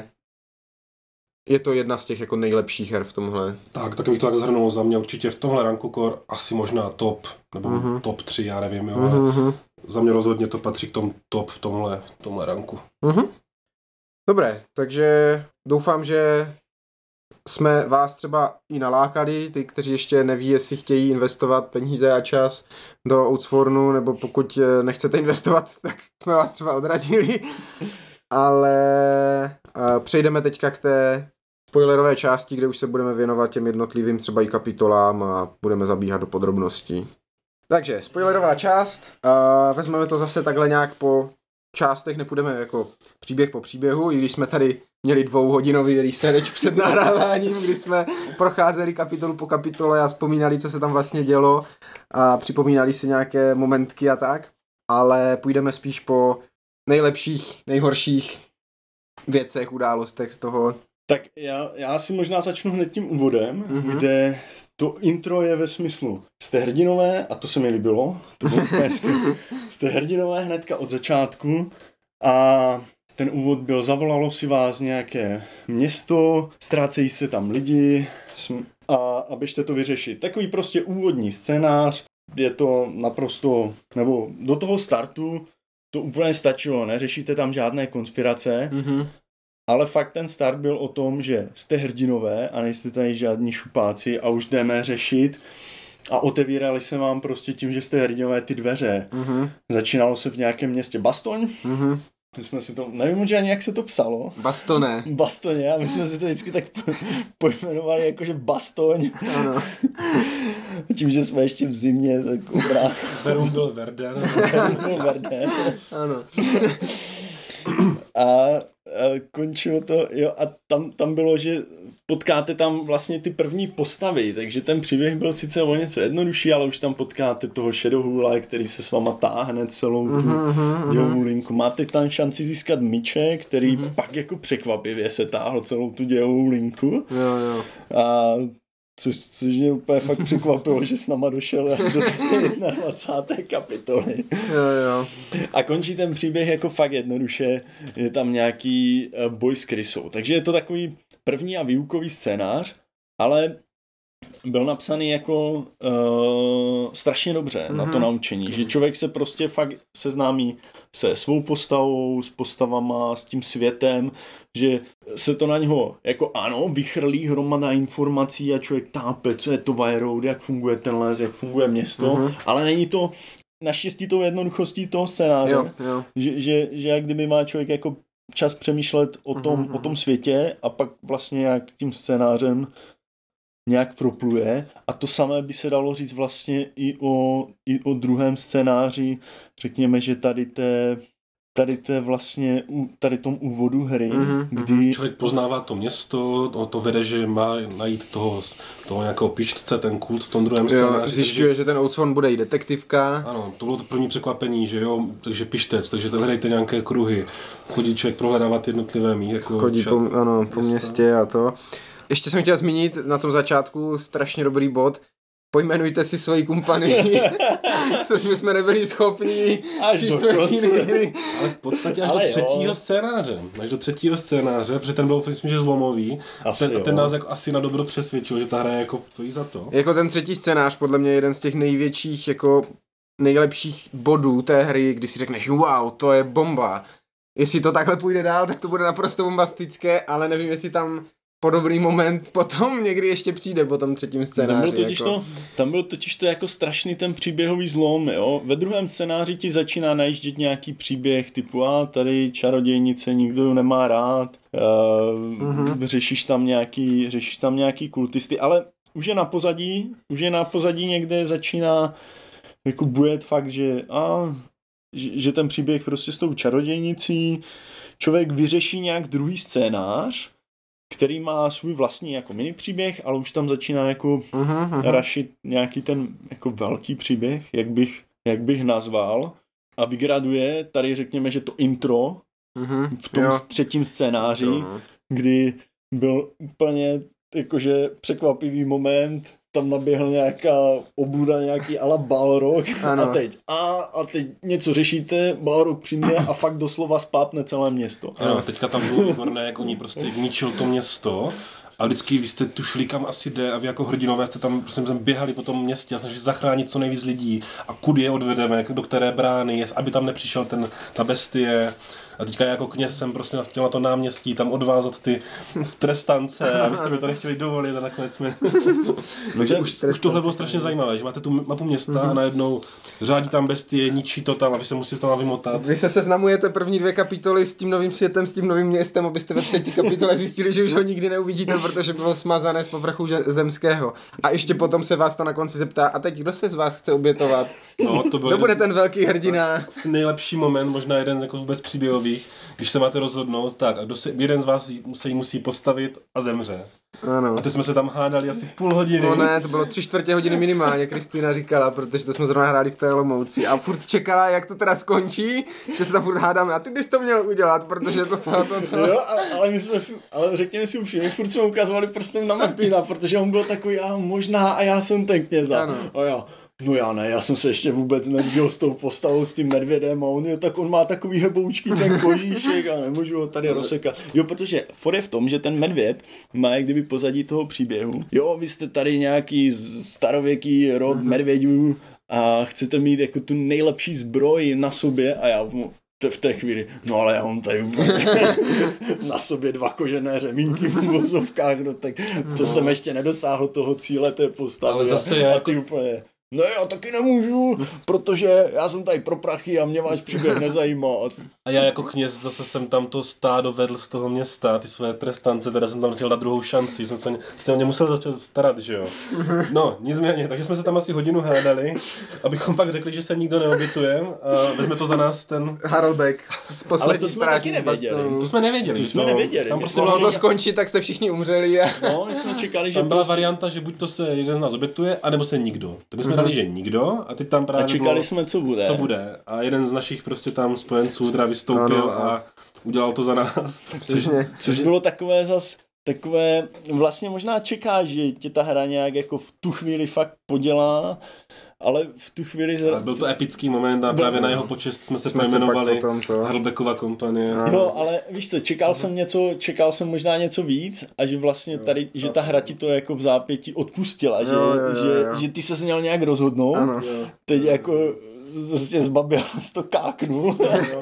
je to jedna z těch jako nejlepších her v tomhle. Tak, tak bych to tak zhrnul za mě určitě v tomhle ranku core asi možná top, nebo uh-huh. top tři, já nevím, jo, uh-huh. ale za mě rozhodně to patří k tomu top v tomhle, v tomhle ranku. Uh-huh. Dobré, takže doufám, že jsme vás třeba i nalákali, ty, kteří ještě neví, jestli chtějí investovat peníze a čas do Oatswornu, nebo pokud nechcete investovat, tak jsme vás třeba odradili. Ale přejdeme teďka k té spoilerové části, kde už se budeme věnovat těm jednotlivým třeba i kapitolám a budeme zabíhat do podrobností. Takže, spoilerová část, vezmeme to zase takhle nějak po částech, nepůjdeme jako příběh po příběhu, i když jsme tady měli dvouhodinový research před nahráváním, kdy jsme procházeli kapitolu po kapitole a vzpomínali, co se tam vlastně dělo a připomínali si nějaké momentky a tak, ale půjdeme spíš po nejlepších, nejhorších věcech, událostech z toho. Tak já, já si možná začnu hned tím úvodem, mm-hmm. kde to intro je ve smyslu, jste hrdinové, a to se mi líbilo, to bylo skvělé, jste hrdinové hnedka od začátku a ten úvod byl, zavolalo si vás nějaké město, ztrácejí se tam lidi a, a běžte to vyřešit. Takový prostě úvodní scénář, je to naprosto, nebo do toho startu to úplně stačilo, neřešíte tam žádné konspirace, mm-hmm. ale fakt ten start byl o tom, že jste hrdinové a nejste tady žádní šupáci a už jdeme řešit a otevírali se vám prostě tím, že jste hrdinové ty dveře. Mm-hmm. Začínalo se v nějakém městě Bastoň, mm-hmm. My jsme si to, nevím už ani jak se to psalo. Bastone. Bastoně, a my jsme si to vždycky tak pojmenovali jakože bastoň. Ano. Tím, že jsme ještě v zimě, tak obrá. Verum byl Verden. Verum byl Verden. Ano. A, a končilo to, jo, a tam, tam bylo, že potkáte tam vlastně ty první postavy, takže ten příběh byl sice o něco jednodušší, ale už tam potkáte toho Shadowhula, který se s váma táhne celou tu uh-huh, dělovou uh-huh. linku. Máte tam šanci získat Miče, který uh-huh. pak jako překvapivě se táhl celou tu dělovou linku. Jo, jo. A což, což mě úplně fakt překvapilo, že s náma došel do dvacáté první kapitoly. Jo, jo. A končí ten příběh jako fakt jednoduše, je tam nějaký boj s krysou. Takže je to takový první a výukový scénář, ale byl napsaný jako uh, strašně dobře mm-hmm. na to naučení, že člověk se prostě fakt seznámí se svou postavou, s postavama, s tím světem, že se to na něho jako ano, vychrlí hromada informací a člověk tápe, co je to Wire Road, jak funguje ten les, jak funguje město, mm-hmm. ale není to naštěstí tou jednoduchostí toho scénáře, jo, jo. Že, že, že jak kdyby má člověk jako čas přemýšlet o tom, mm-hmm. o tom světě a pak vlastně jak tím scénářem nějak propluje a to samé by se dalo říct vlastně i o, i o druhém scénáři, řekněme, že tady té, tady té vlastně, tady tom úvodu hry, mm-hmm. kdy... Člověk poznává to město, to, to vede, že má najít toho, toho nějakého pištce, ten kult v tom druhém scénáři. Zjišťuje, takže... že ten Oatsworn bude i detektivka. Ano, to bylo to první překvapení, že jo, takže pištec, takže hledejte nějaké kruhy, chodí člověk prohledávat jednotlivé míry. Jako chodí po, ano, po městě a to. Ještě jsem chtěl zmínit na tom začátku strašně dobrý bod. Pojmenujte si svoji kompanii, což my jsme nebyli schopni tři čtvrtiny hry. Ale v podstatě až ale do třetího jo. scénáře. Až do třetího scénáře, protože ten byl myslím, že zlomový. A ten, ten nás jako asi na dobro přesvědčil, že ta hra je jako stojí za to. Jako ten třetí scénář, podle mě jeden z těch největších, jako nejlepších bodů té hry, kdy si řekneš, wow, to je bomba. Jestli to takhle půjde dál, tak to bude naprosto bombastické, ale nevím, jestli tam podobný moment potom někdy ještě přijde po tom třetím scénáři. Tam byl totiž, jako. to, tam byl totiž to jako strašný ten příběhový zlom, jo. Ve druhém scénáři ti začíná najíždět nějaký příběh typu a tady čarodějnice, nikdo ji nemá rád, uh, mm-hmm. řešíš tam nějaký, řešíš tam nějaký kultisty, ale už je na pozadí, už je na pozadí někde začíná jako bujet fakt, že a, že, že ten příběh prostě s tou čarodějnicí, člověk vyřeší nějak druhý scénář, který má svůj vlastní jako mini příběh, ale už tam začíná jako uh-huh, uh-huh. rašit nějaký ten jako velký příběh, jak bych, jak bych nazval, a vygraduje tady řekněme, že to intro uh-huh, v tom jo. třetím scénáři, uh-huh. kdy byl úplně jakože překvapivý moment, tam naběhl nějaká obuda, nějaký ala Balrog a teď a, a teď něco řešíte, Balrog přijde a fakt doslova spápne celé město. Ano, teďka tam bylo výborné, jak oni prostě ničil to město a vždycky vy jste tušili, kam asi jde a vy jako hrdinové jste tam prostě běhali po tom městě a snažili zachránit co nejvíc lidí a kudy je odvedeme, do které brány, aby tam nepřišel ten, ta bestie. A teďka jako kněz jsem prostě chtěl na to náměstí tam odvázat ty trestance a vy jste mi to nechtěli dovolit a nakonec jsme... Takže už, už tohle bylo strašně zajímavé, že máte tu mapu města mm-hmm. a najednou řádí tam bestie, ničí to tam a vy se musíte tam vymotat. Vy se seznamujete první dvě kapitoly s tím novým světem, s tím novým městem, abyste ve třetí kapitole zjistili, že už ho nikdy neuvidíte, protože bylo smazané z povrchu zemského. A ještě potom se vás to na konci zeptá, a teď kdo se z vás chce obětovat? No, to byl kdo bude ten velký hrdina? Nejlepší moment, možná jeden jako vůbec příběhových, když se máte rozhodnout, tak a kdo se, jeden z vás se jí musí postavit a zemře. Ano. A teď jsme se tam hádali asi půl hodiny. No ne, to bylo tři čtvrtě hodiny minimálně, Kristýna říkala, protože to jsme zrovna hráli v té Olomouci a furt čekala, jak to teda skončí, že se tam furt hádáme a ty bys to měl udělat, protože to to, to, to. Jo, ale my jsme, ale řekněme si upřímně, furt jsme ukazovali prstem na Martina, protože on byl takový, já možná a já jsem ten kněza. Ano. A já, no já ne, já jsem se ještě vůbec nezděl s tou postavou, s tím medvědem a on je, tak on má takový heboučky, ten kožíšek a nemůžu ho tady rozsekat. Jo, protože for je v tom, že ten medvěd má jak kdyby pozadí toho příběhu. Jo, vy jste tady nějaký starověký rod mm-hmm. medvědů a chcete mít jako tu nejlepší zbroj na sobě a já v té chvíli, no ale já mám tady na sobě dva kožené řemínky v uvozovkách, no tak to no. jsem ještě nedosáhl toho cíle té postavy. Ale zase a, já a ty úplně... no já taky nemůžu, protože já jsem tady pro prachy a mě váš příběh nezajímá. A já jako kněz zase jsem tam to stádo vedl z toho města, ty své trestance, teda jsem tam chtěl dát druhou šanci, jsem se jsem o ně musel začít starat, že jo. No, nicméně, takže jsme se tam asi hodinu hádali, abychom pak řekli, že se nikdo neobětujeme a vezme to za nás ten... Harlbeck z poslední strážní bastonu. To jsme nevěděli. To jsme nevěděli. Tam prostě mohlo to skončit, tak jste všichni umřeli. A... No, my jsme čekali, že... Tam byla prostě... varianta, že buď to se jeden z nás obětuje, anebo se nikdo. Tak my jsme dali, že nikdo a ty tam právě A čekali bylo, jsme, co bude. co bude. A jeden z našich prostě tam spojenců teda vystoupil ano, a... a udělal to za nás. Přesně. Což bylo takové zas, takové, vlastně možná čekáš, že tě ta hra nějak jako v tu chvíli fakt podělá, ale v tu chvíli... Ale byl to epický moment a právě na jeho počest jsme se jsme pojmenovali se Harlbeckova kompanie. Jo, ale víš co, čekal jsem něco, čekal jsem možná něco víc a že vlastně tady, že ta hra ti to jako v zápěti odpustila, že, jo, jo, jo, že, jo. že ty ses měl nějak rozhodnout, Ano. teď jako prostě zbabil, z to káknul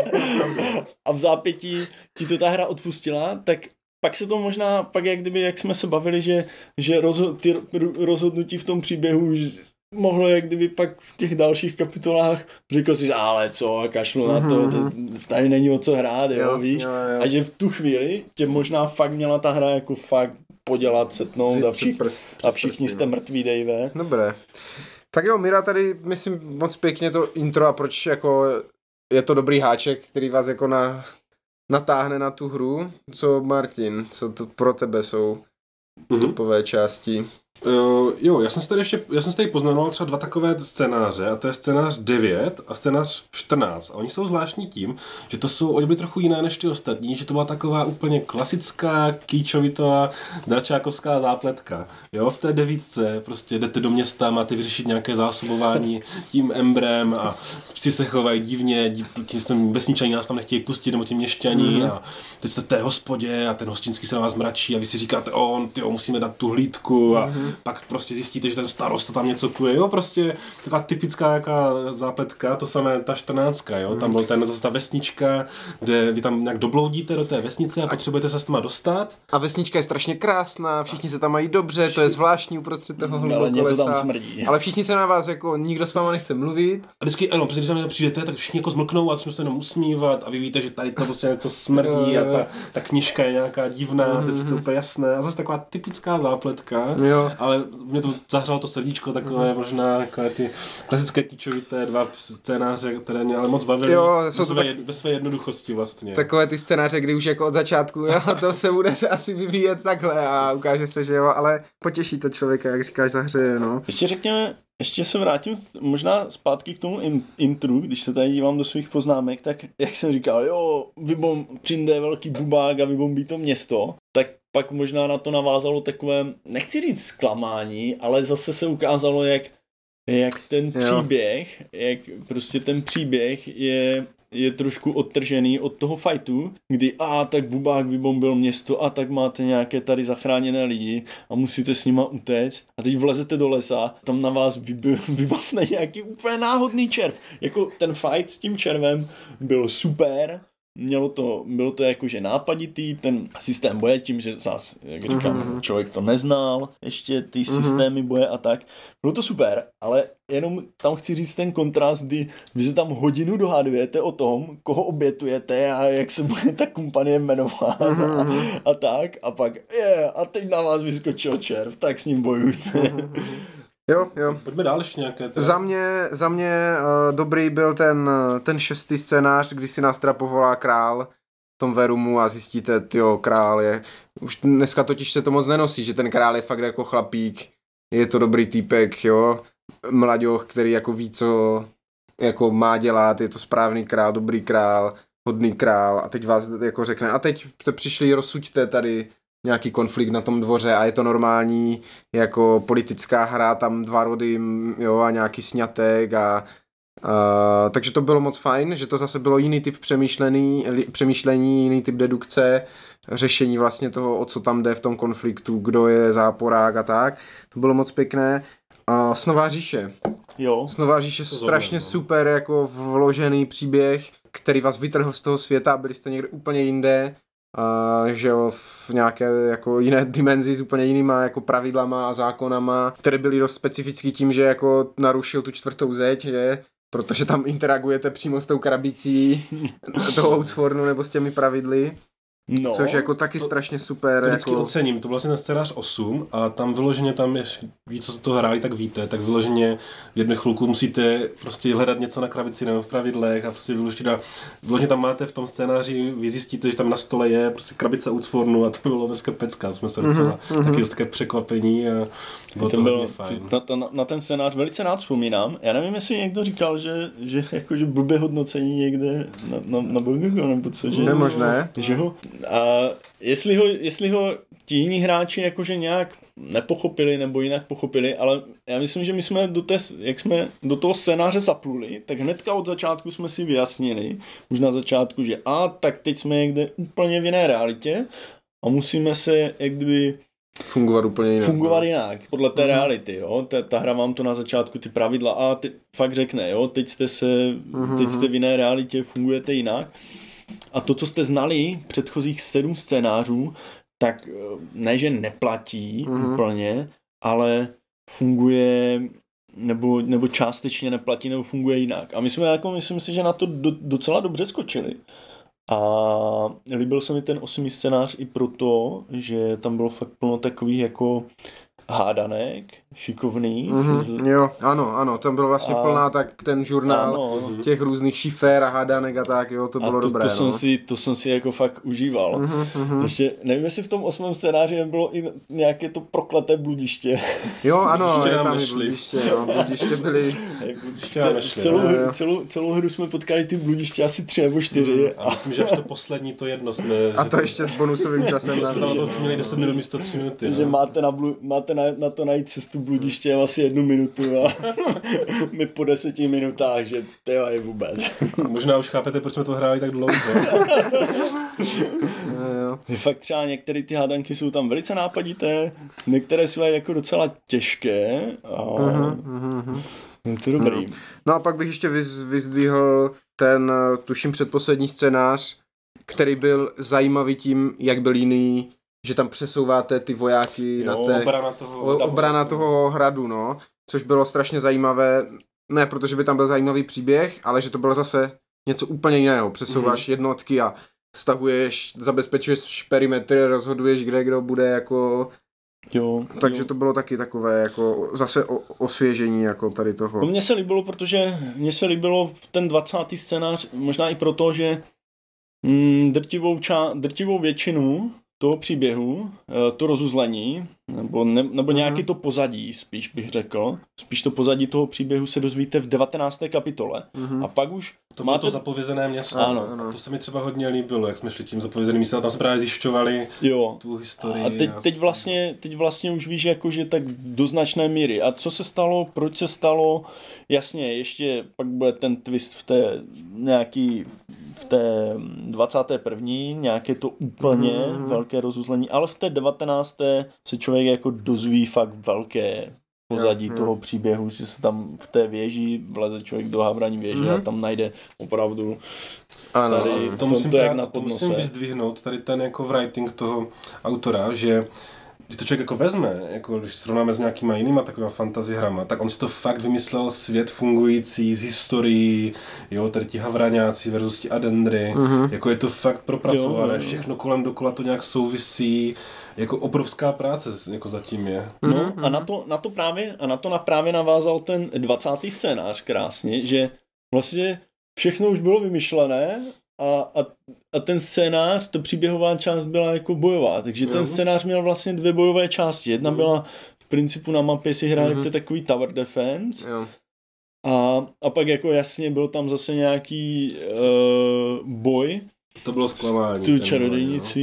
a v zápěti ti to ta hra odpustila, tak pak se to možná, pak jak kdyby, jak jsme se bavili, že, že rozho- ty rozhodnutí v tom příběhu mohlo jak kdyby pak v těch dalších kapitolách řekl si, ale co, kašlu na to, Mm-hmm. tady není o co hrát, jo, Jo, víš. jo, jo. A že v tu chvíli tě možná fakt měla ta hra jako fakt podělat, setnout a, všich, Přes- a přes všichni prsty, jste no. mrtví, Dave. Dobré. Tak jo, Mira tady, myslím, moc pěkně to intro a proč jako je to dobrý háček, který vás jako na, natáhne na tu hru. Co Martin, co to pro tebe jsou Mhm. topové části? Uh, jo, já jsem si tady ještě, já jsem si tady poznamenal třeba dva takové scénáře, a to je scénář devět a scénář čtrnáct. A oni jsou zvláštní tím, že to jsou, oni byly trochu jiné než ty ostatní, že to byla taková úplně klasická, kýčovitová, dračákovská zápletka. Jo, v té devítce prostě jdete do města, máte vyřešit nějaké zásobování tím embrem a psi se chovají divně, div, tím vesničaní nás tam nechtějí pustit, nebo ti měšťaní mm-hmm. a teď jste v té hospodě a ten hostinský se na vás mračí a vy si říkáte, on, tyjo, musíme dát tu hlídku a mm-hmm. pak prostě zjistíte, že ten starosta tam něco kuje, jo, prostě taková typická jaká zápletka, to samé ta čtrnáctka, jo, tam byl ten, zase ta vesnička, kde vy tam nějak dobloudíte do té vesnice a potřebujete se s tama dostat. A vesnička je strašně krásná, všichni se tam mají dobře, to je zvláštní uprostřed toho hluboko Ale něco lesa. tam smrdí. Ale všichni se na vás jako, nikdo s váma nechce mluvit. A vždycky, ano, protože když tam přijdete, tak všichni jako zmlknou a začnou se jenom usmívat a vy víte, že tady to prostě něco smrdí a ta, ta knižka je nějaká divná, to je přece úplně jasné. A zase taková typická zápletka, Jo. ale mě to zahřalo to srdíčko, takové možná takové ty klasické kýčovité dva scénáře, které mě ale moc bavily Jo, ve, jsou to své, tak- jed- ve své jednoduchosti vlastně. Takové ty scénáře, kdy už jako od začátku, jo, to se bude asi vyvíjet takhle a ukáže se, že jo, ale potěší to člověka, jak říkáš, zahřeje, no. Ještě řekněme, ještě se vrátím možná zpátky k tomu in, intru, když se tady dívám do svých poznámek, tak jak jsem říkal, jo, vybom, přijde velký bubák a vybombí to město, tak pak možná na to navázalo takové, nechci říct zklamání, ale zase se ukázalo, jak, jak ten Jo. příběh, jak prostě ten příběh je je trošku odtržený od toho fightu, kdy a tak bubák vybombil město a tak máte nějaké tady zachráněné lidi a musíte s nima utéct a teď vlezete do lesa, tam na vás vyb- vybavne nějaký úplně náhodný červ. Jako ten fight s tím červem byl super, mělo to, bylo to jakože nápaditý, ten systém boje, tím, že zas, jak říkám, mm-hmm. člověk to neznal, ještě ty mm-hmm. systémy boje a tak. Bylo to super, ale jenom tam chci říct ten kontrast, kdy vy se tam hodinu dohadujete o tom, koho obětujete a jak se bude ta kompanie jmenovat mm-hmm. a, a tak, a pak je, a teď na vás vyskočil červ, tak s ním bojujte. Mm-hmm. Jo, jo. Pojďme dál ještě nějaké. Teda. Za mě, za mě uh, dobrý byl ten, ten šestý scénář, kdy si nás teda povolá král v tom Verumu a zjistíte, jo, král je, už dneska totiž se to moc nenosí, že ten král je fakt jako chlapík, je to dobrý týpek, jo, mlaďoch, který jako ví, co jako má dělat, je to správný král, dobrý král, hodný král a teď vás jako řekne, a teď jste přišli, rozsuďte tady nějaký konflikt na tom dvoře a je to normální jako politická hra, tam dva rody, jo, a nějaký sňatek a, a takže to bylo moc fajn, že to zase bylo jiný typ přemýšlení, přemýšlení, jiný typ dedukce, řešení vlastně toho, o co tam jde v tom konfliktu, kdo je záporák a tak, to bylo moc pěkné. A Snová říše. Jo. Snová říše strašně super jako vložený příběh, který vás vytrhl z toho světa, byli jste někde úplně jinde a že jo, v nějaké jako jiné dimenzi s úplně jinýma jako pravidlama a zákonama, které byly dost specifický tím, že jako narušil tu čtvrtou zeď, že? Protože tam interagujete přímo s tou krabicí toho Outswornu nebo s těmi pravidly. No, Což jako taky to, strašně super. To vždycky jako... ocením, to byl vlastně ten scénář osm a tam vyloženě tam, je, víc co to hráli, tak víte, tak vyloženě v jednu chvilku musíte prostě hledat něco na krabici nebo v pravidlech a prostě vyloženě, a vyloženě tam máte v tom scénáři, vy zjistíte, že tam na stole je prostě krabice Outswornu a to bylo dneska pecka, jsme se docela mm-hmm. taky dost také překvapení a bylo to, to hodně fajn. Na, na, na ten scénář velice rád vzpomínám. Já nevím, jestli někdo říkal, že, že jakože blbě hodnocení někde na, na, na Bogigu, nebo co, že... Nemožné. Že ho A jestli ho, jestli ho ti jiní hráči jakože nějak nepochopili nebo jinak pochopili, ale já myslím, že my jsme do, té, jak jsme do toho scénáře zapluli, tak hnedka od začátku jsme si vyjasnili, už na začátku, že a tak teď jsme někde úplně v jiné realitě a musíme se jak kdyby fungovat úplně jinak. Fungovat jinak, podle té uh-huh. reality, jo. Ta, ta hra vám to na začátku ty pravidla a ty fakt řekne, jo, teď jste se, uh-huh. teď jste v jiné realitě, fungujete jinak. A to, co jste znali předchozích sedm scénářů, tak ne, že neplatí mm-hmm. úplně, ale funguje nebo, nebo částečně neplatí, nebo funguje jinak. A my jsme jako, myslím si, že na to do, docela dobře skočili. A líbil se mi ten osmý scénář i proto, že tam bylo fakt plno takových jako hádanek, šikovný. Mm-hmm, z... Jo, ano, ano, tam byl vlastně a... plná tak ten žurnál ano, těch různých šifér a hádanek a tak, jo, to bylo to, dobré. To, no. jsem si, to jsem si jako fakt užíval. Mm-hmm. Ještě, nevím, jestli v tom osmém scénáři nebylo i nějaké to prokleté bludiště. Jo, ano, bludiště je tam i bludiště, jo, bludiště byly. Cel, celou, hru, celou, celou hru jsme potkali ty bludiště asi tři nebo čtyři. Mm, a myslím, že až to poslední, to jedno jsme... A to ještě s bonusovým časem. Jsme tam to měli deset minut místo tři minuty. Že máte, na, blu, máte na, na to najít cestu bludiště asi jednu minutu a my po deseti minutách, že to je vůbec. Možná už chápete, proč jsme to hráli tak dlouho. Je fakt třeba některé ty hádanky jsou tam velice nápadité, některé jsou jako docela těžké a uh-huh, uh-huh. je to dobrý. No. no a pak bych ještě vyzdvihl ten, tuším, předposlední scénář, který byl zajímavý tím, jak byl jiný, že tam přesouváte ty vojáky jo, na té obrana toho, obrana toho hradu, no, což bylo strašně zajímavé, ne protože by tam byl zajímavý příběh, ale že to bylo zase něco úplně jiného, přesouváš mm-hmm. jednotky a stahuješ, zabezpečuješ perimetry, rozhoduješ, kde kdo bude jako... Jo, takže jo. to bylo taky takové jako zase o, osvěžení jako tady toho. No mně se líbilo, protože mně se líbilo ten dvacátý scénář, možná i proto, že mm, drtivou, ča, drtivou většinu toho příběhu, to rozuzlení, nebo, ne, nebo nějaký to pozadí, spíš bych řekl. Spíš to pozadí toho příběhu se dozvíte v devatenácté kapitole. Mm-hmm. A pak už to máte... bylo to zapovězené město. Ano, ano. To se mi třeba hodně líbilo, jak jsme šli tím zapovězeným místem a tam jsme právě zjišťovali jo. tu historii. A teď, teď, vlastně, teď vlastně už víš, jako, že tak do značné míry. A co se stalo, proč se stalo, jasně, ještě pak bude ten twist v té nějaký v té dvacáté první nějaké to úplně mm-hmm. velké rozuzlení, ale v té devatenácté se člověk jako dozví fakt velké pozadí jo, jo. toho příběhu, že se tam v té věži vleze člověk do havraní věže mm-hmm. a tam najde opravdu ano, tady ano. To, to musím, to jak právě, na to podnose. musím vyzdvihnout, tady ten jako writing toho autora, že když to člověk jako vezme, jako když srovnáme s nějakýma jinýma takovýma fantasy hrama, tak on si to fakt vymyslel svět fungující z historií, jo, tady ti havraňáci versus ti adendry, mm-hmm. jako je to fakt propracované, jo, jo. Všechno kolem dokola to nějak souvisí, jako obrovská práce jako zatím je. No mm-hmm. a na to, na to právě, a na to na právě navázal ten dvacátý scénář krásně, že vlastně všechno už bylo vymyšlené a, a, a ten scénář, ta příběhová část byla jako bojová, takže ten scénář měl vlastně dvě bojové části. Jedna byla v principu na mapě si hráli mm-hmm. takový tower defense jo. a, a pak jako jasně byl tam zase nějaký uh, boj. To bylo zklamání. Tu čarodějnici.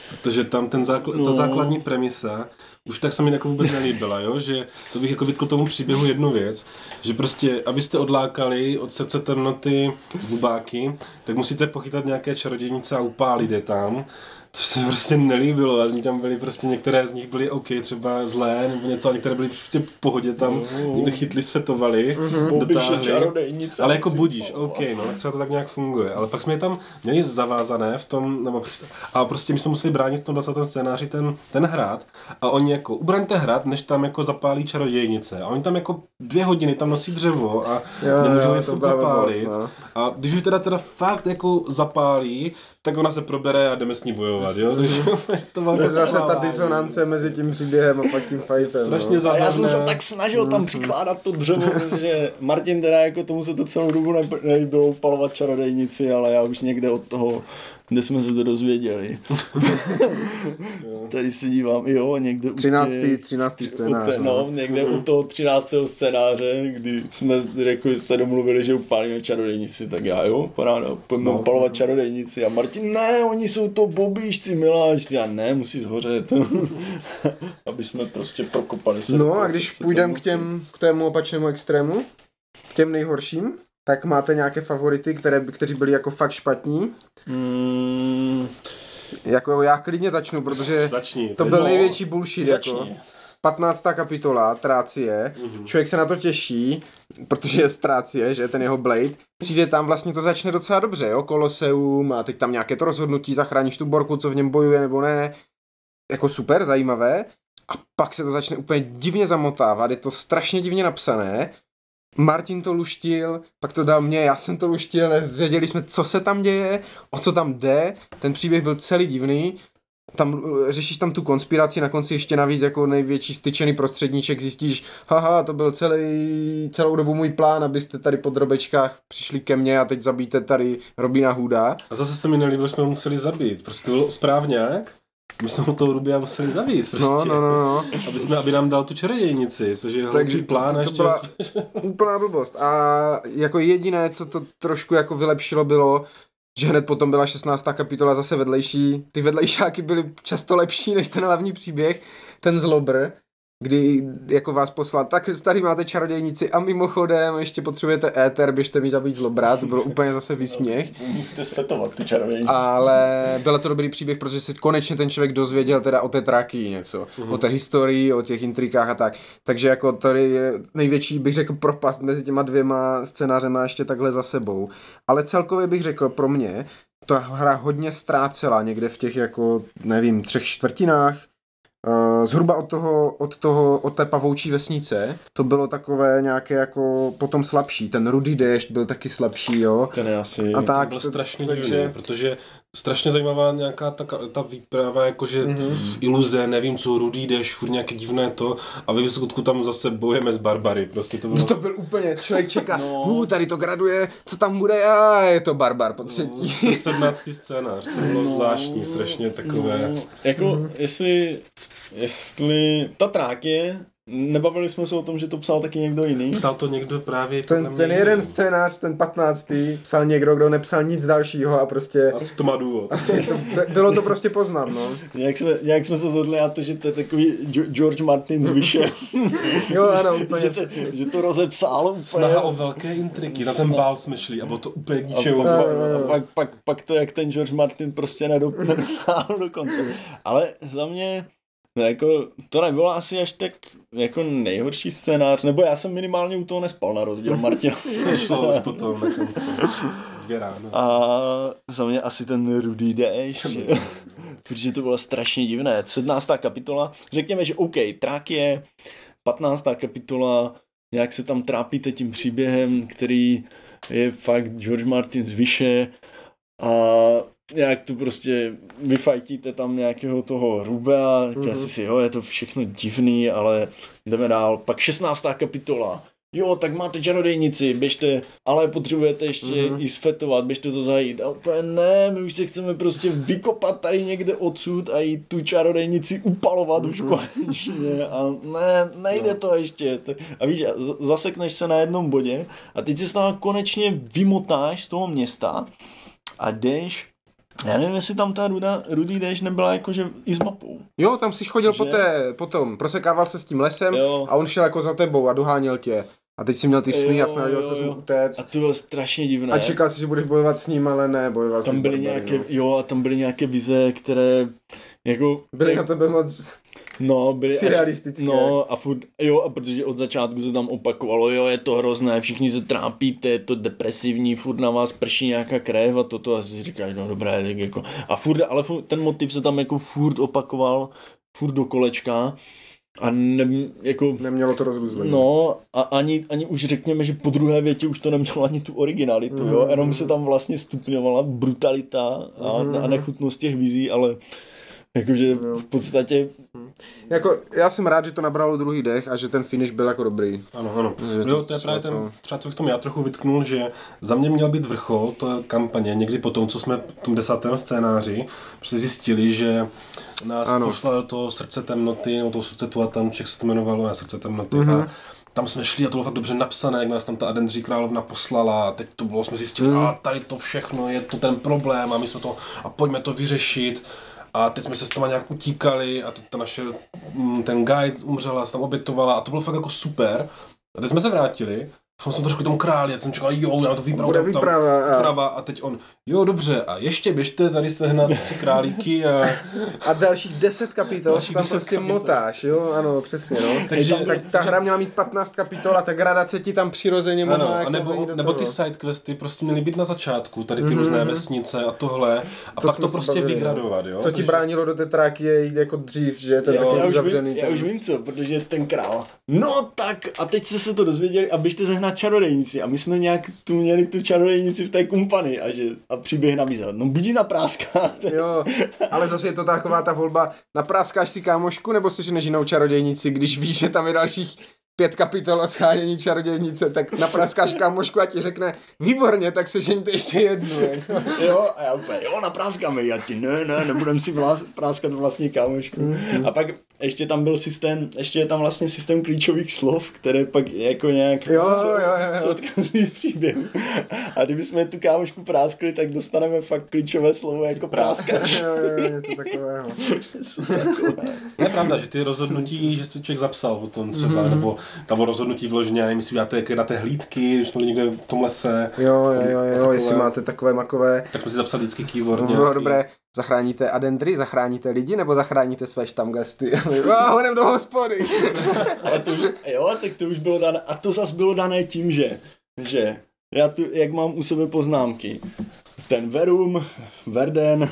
Protože tam ten zákl- No. ta základní premisa už tak se mi jako vůbec nelíbila, jo? Že to bych jako vytkl tomu příběhu jednu věc, že prostě, abyste odlákali od srdce temnoty bubáky, tak musíte pochytat nějaké čarodějnice a upálit je tam, což se mi prostě nelíbilo a tam byly prostě některé z nich byly OK, třeba zlé nebo něco, a některé byly prostě v pohodě tam, Oh. někde chytli, svetovali, dotáhli, ale jako budíš, OK, no, tak třeba to tak nějak funguje, ale pak jsme je tam měli zavázané v tom, nebo, a prostě my jsme museli bránit v tom dvacátém scénáři ten, ten hrad a oni jako ubraňte hrad, než tam jako zapálí čarodějnice a oni tam jako dvě hodiny tam nosí dřevo a Jo, nemůžou jo, je to furt byla zapálit blbost, no. a když už teda teda fakt jako zapálí, tak ona se probere a jdeme s ní bojovat, jo, takže to bylo To je zase ta zaklávání. disonance mezi tím příběhem a pak tím fightem. Strašně No. zábavné. A já jsem se tak snažil tam přikládat to dřevo, protože Martin teda jako tomu se to celou dobu ne- nelíbilo upalovat čarodějnici, ale já už někde od toho, kde jsme se to dozvěděli. Tady se dívám, jo, někde u třináctý, těch- třináctý u scénář. té- no, někde u toho třináctého scénáře, kdy jsme řekli, se domluvili, že upálíme čarodějnici, tak já jo, paráda, pojďme No. upalovat čarodějnici. A Martin, ne, oni jsou to bobíšci, miláčci. Já ne, musí zhořet. Aby jsme prostě prokopali se. No a když půjdeme k těm, k tému opačnému extrému, k těm nejhorším, tak máte nějaké favority, které, kteří byli jako fakt špatní? Mm, Jako já klidně začnu, protože Začni. to Teď- byl No, největší bullshit. začni. Jako. patnáctá kapitola, Trácie, člověk se na to těší, protože je z Trácie, že ten jeho Blade, přijde tam, vlastně to začne docela dobře, jo, Koloseum a teď tam nějaké to rozhodnutí, zachráníš tu Borku, co v něm bojuje nebo ne, jako super, zajímavé, a pak se to začne úplně divně zamotávat, je to strašně divně napsané, Martin to luštil, pak to dal mě, já jsem to luštil, věděli jsme, co se tam děje, o co tam jde, ten příběh byl celý divný, tam řešíš tam tu konspiraci, na konci ještě navíc jako největší styčený prostředníček zjistíš, haha, to byl celý, celou dobu můj plán, abyste tady po drobečkách přišli ke mně a teď zabijte tady Robina Hooda. A zase se mi nelíbilo, že jsme ho museli zabít. Prostě to bylo správňák. My jsme ho toho Rubia museli zabít. Prostě. No, no, no, no. Aby, jsme, aby nám dal tu čarodějnici, což je Takže hlavní plán. to, a to, to ještě byla úplná blbost. A jako jediné, co to trošku jako vylepšilo, bylo, že hned potom byla šestnáctá kapitola zase vedlejší. Ty vedlejšáky byly často lepší než ten hlavní příběh, ten zlobr, kdy jako vás poslal, tak tady máte čarodějnici a mimochodem ještě potřebujete éter, běžte mi zabít zlobra, to bylo úplně zase výsměch. Musíte svetovat ty čarodějnice. Ale byl to dobrý příběh, protože se konečně ten člověk dozvěděl teda o té tráky něco, mm-hmm. o té historii, o těch intrikách a tak. Takže jako to je největší, bych řekl, propast mezi těma dvěma scénářema ještě takhle za sebou. Ale celkově bych řekl, pro mě ta hra hodně ztrácela někde v těch jako, nevím, třech čtvrtinách. Uh, zhruba od toho, od toho, od té pavoučí vesnice, to bylo takové nějaké jako potom slabší. Ten Rudý déšť byl taky slabší, jo. Ten je asi... A tak, byl to- strašně takže- divný, protože strašně zajímavá nějaká ta, ta výprava, jakože Mhm. mm-hmm. iluze, nevím co, Rudý déšť, furt nějaké divné to a ve výsledku tam zase bojujeme s barbary, prostě to bylo... No to byl úplně, člověk čeká, No. hů, tady to graduje, co tam bude, a je to barbar po třetí. sedmnáctý scénář, to bylo No. zvláštní, strašně takové... No, jako, jestli, jestli ta trákie, nebavili jsme se o tom, že to psal taky někdo jiný. Psal to někdo právě... podle Ten, mě ten jiný. jeden scénář, ten patnáctý, psal někdo, kdo nepsal nic dalšího a prostě Asi to má důvod. asi to, by- bylo to prostě poznat, no. Nějak jsme, nějak jsme se shodli na to, že to je takový Jo- George Martin z Vyše. Jo, ano, úplně že, se, přesně. že to rozepsal úplně. Snaha o velké intriky, na ten bál jsme šli a bylo to úplně k A ničemu. pak, Jo, jo, jo. a pak, pak, pak to, jak ten George Martin prostě nedop- nedotáhl do konce. Ale za mě, no jako, to nebylo asi až tak jako nejhorší scénář, nebo já jsem minimálně u toho nespal na rozdíl Martina. Šlo už potom na konci. Dvě ráno. A za mě asi ten Rudý déšť, protože to bylo strašně divné. sedmnáctá kapitola, řekněme, že OK, Trákie, patnáctá kapitola, nějak se tam trápíte tím příběhem, který je fakt George Martin z Vyše a nějak tu prostě vyfajtíte tam nějakého toho Rubea, mm-hmm. si si, jo, je to všechno divný, ale jdeme dál. Pak šestnáctá kapitola. Jo, tak máte čarodějnici, běžte, ale potřebujete ještě mm-hmm. i sfetovat, běžte to zajít. A úplně ne, my už se chceme prostě vykopat tady někde odsud a jít tu čarodějnici upalovat mm-hmm. už konečně. A ne, nejde no. to ještě. A víš, zasekneš se na jednom bodě a teď se tam konečně vymotáš z toho města a jdeš Já nevím, jestli tam ta ruda, rudý déšť nebyla jakože i s mapou. Jo, tam jsi chodil Že? po té, potom prosekával se s tím lesem Jo. a on šel jako za tebou a doháněl tě. A teď jsi měl ty sny a Jo, snažil jo, se jo. mu utéct. A to bylo strašně divné. A čekal si, že budeš bojovat s ním, ale ne, bojoval jsi Tam s byly barbary, nějaké, no. jo, a tam byly nějaké vize, které jako... Byly jak, na tebe moc no, byly surrealistické. No a furt, jo, a protože od začátku se tam opakovalo, jo, je to hrozné, všichni se trápíte, je to depresivní, furt na vás prší nějaká krev a toto a si říkáš, no dobré, tak jako... A furt, ale furt, ten motiv se tam jako furt opakoval, furt do kolečka. A ne, jako... Nemělo to rozrůzlení. No a ani, ani už řekněme, že po druhé větě už to nemělo ani tu originalitu, mm. jo, jenom se tam vlastně stupňovala brutalita a, mm. a nechutnost těch vizí, ale jakože v podstatě... Jako, já jsem rád, že to nabralo druhý dech a že ten finish byl jako dobrý. Ano, ano. Že No jo, to je právě co- ten, třeba co k tomu já trochu vytknul, že za mě měl být vrchol to kampaně, někdy po tom, co jsme v tom desátém scénáři prostě zjistili, že nás Ano. pošla do toho srdce temnoty, nebo toho srdce Tuatan, jak se to jmenovalo, ne, srdce temnoty. Mhm. A tam jsme šli a to bylo fakt dobře napsané, jak nás tam ta Adendří královna poslala a teď to bylo, jsme zjistili, Mhm. a tady to všechno, je to ten problém a my jsme to, a pojďme to vyřešit. A teď jsme se s tomu nějak utíkali a teď ta naše, mm, ten guide umřela, se tam obětovala a to bylo fakt jako super. A teď jsme se vrátili, jsme se trošku k tomu králi, já jsem čekal, jo, já to výpravu. Bude tam- výprava, a- výprava a teď on, jo dobře, a ještě běžte tady sehnat tři králíky a... A dalších deset kapitol Dalších tam deset prostě kapitol. motáš, jo, ano, přesně, no. Takže- tak ta hra měla mít patnáct kapitol a ta gradace ti tam přirozeně Ano, mohla a jako nebo, vejít do nebo toho. ty sidequesty prostě měly být na začátku, tady ty různé vesnice a tohle, a To pak jsme to se prostě bavili, no. vygradovat, jo. Co ti Takže- bránilo do té trákie jít jako dřív, že to je Jo, takový Já už, uzavřený. vím, já ten- už vím co, protože ten král. No tak a teď jste se to dozvěděli a běžte sehnat čarodejnici a my jsme nějak tu měli tu čarodejnici v té kumpani a, že, a příběh nabízel. No budí napráskat. Jo, ale zase je to taková ta volba, napráskáš si kámošku, nebo si ženeš jinou čarodějnici, když víš, že tam je dalších pět kapitol o schánění čarodějnice, tak napráskáš kámošku a ti řekne, výborně, tak se ženíte ještě jednu. Jako. Jo, a já úplně, jo, napráskáme. Já ti, ne, ne, nebudem si vlás, práskat vlastní kámošku. Mhm. A pak ještě tam byl systém, ještě je tam vlastně systém klíčových slov, které pak jako nějak Jo, jo, jo, jo. se odkazují v příběhu. A kdybychom tu kámošku práskli, tak dostaneme fakt klíčové slovo jako práskač. Jo, jo, něco takového. Něco takové. Je pravda, že ty rozhodnutí, že si člověk zapsal potom třeba, Mhm. nebo tam rozhodnutí vloženě, já nevím, jestli dáte na té hlídky, když to někde v tom lese, Jo, jo, jo, jo, Takové- jestli máte takové makové. tak jsme si zapsali vždycky keyword No, bylo dobré, zachráníte Adendry, zachráníte lidi, nebo zachráníte své štamgasty? A honem do hospody. Ale to, jo, tak to už bylo dané. A to zas bylo dané tím, že, že já tu, jak mám u sebe poznámky, ten Verum, Verden,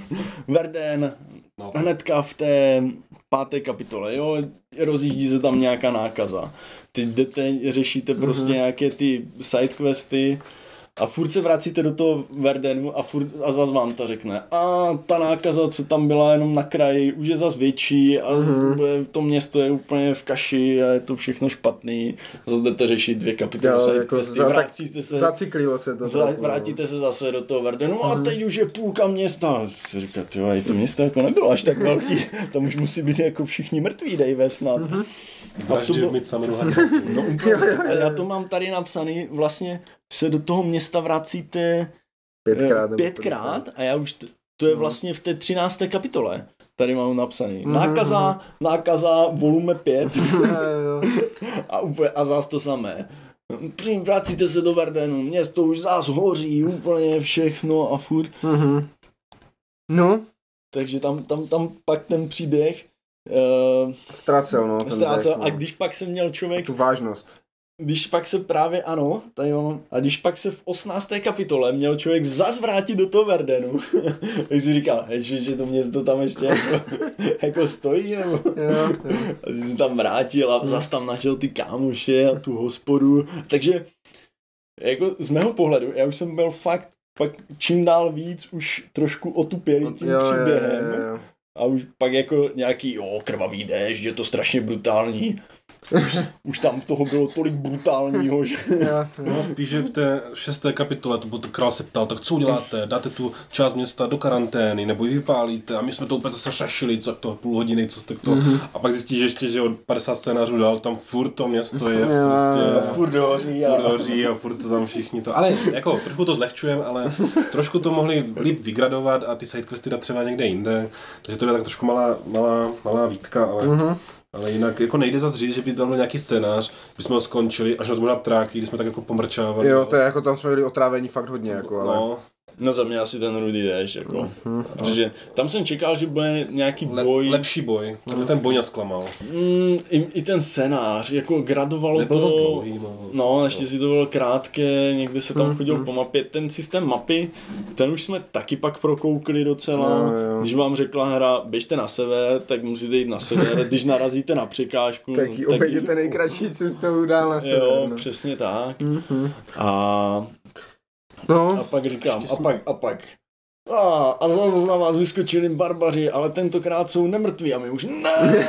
Verden, No. hnedka v té páté kapitole, jo, rozjíždí se tam nějaká nákaza. Teď jdete, řešíte prostě mm-hmm. nějaké ty sidequesty a furt se vracíte do toho Verdenu a, furt, a zas vám to řekne. A ta nákaza, co tam byla jenom na kraji, už je zas větší a mm-hmm. to město je úplně v kaši a je to všechno špatný. Zase jdete řešit dvě kapitoly Jo, sidequesty, jako za, tak vracíte se... zacyklilo se to. Za, trochu, no. vrátíte se zase do toho Verdenu a teď už je půlka města. Si říkat, jo, to město jako nebylo až tak velký, tam už musí být jako všichni mrtví, dejve snad. Mm-hmm. Vraždy v Midsummeru Hard. No úplně, a já to mám tady napsaný, vlastně se do toho města vracíte Pětkrát. eh, nebo pětkrát a já už, to, to je vlastně v té třinácté kapitole. Tady mám napsaný. Mhm, Nákaza, nákaza, volume pět. Jo, jo. A úplně, a zás to samé. Přím, vracíte se do Verdenu, město už zás hoří, úplně všechno a furt. Mhm. No, Takže tam, tam, tam pak ten příběh uh, ztracel, no. Ten ztrácel. dech, no. A když pak se měl člověk, Tu vážnost. když pak se právě, ano, tady mám, a když pak se v osmnácté kapitole měl člověk zas vrátit do toho Verdenu, tak si říkal, že, že to město tam ještě jako, jako stojí, nebo... Jo, jo. A ty se tam vrátil a zas tam našel ty kámoše a tu hospodu. Takže jako z mého pohledu, já už jsem byl fakt pak čím dál víc už trošku otupělý tím Jo, jo, příběhem. jo, jo. A už pak jako nějaký, jo, krvavý déšť, je to strašně brutální. už, už tam toho bylo tolik brutálního, že... No, spíš, že v té šesté kapitole to byl to král se ptal, tak co uděláte? Dáte tu část města do karantény, nebo ji vypálíte? A my jsme to úplně zase řešili, co to půl hodiny, co jste to... Mm-hmm. A pak zjistí, že ještě, že od padesát scénářů dál, tam furt to město je prostě... Furt hoří. Furt hoří a furt to tam všichni to... Ale jako, trošku to zlehčujeme, ale trošku to mohli líp vygradovat a ty sidequesty dát třeba někde jinde. Takže to je tak trošku malá, malá, malá výtka, ale... Mm-hmm. Ale jinak jako nejde zas říct, že by tam byl nějaký scénář, by jsme ho skončili až na tomu tráky, kdy jsme tak jako pomrčávali. Jo, to je jako tam jsme byli otrávení fakt hodně, jako, ale... No. No za mě asi ten Rudy Dash, jako. Mm-hmm. Protože tam jsem čekal, že bude nějaký boj. Le, lepší boj, protože ten boj mě zklamal. Mm, i, I ten scénář, jako gradovalo Nebyl to... zas dlouhý, no. No, naštěstí to bylo krátké, někde se tam Mm-hmm. chodil po mapě. Ten systém mapy, ten už jsme taky pak prokoukli docela. Jo, jo. Když vám řekla hra, běžte na sever, tak musíte jít na sever. Když narazíte na překážku, Tak ji obejděte nejkratší cestou dál na sever. Jo, no. přesně tak. Mm-hmm. A... No. A pak říkám, Ještě a pak, a pak. A, a zase na vás vyskočili barbaři, ale tentokrát jsou nemrtví a my už ne.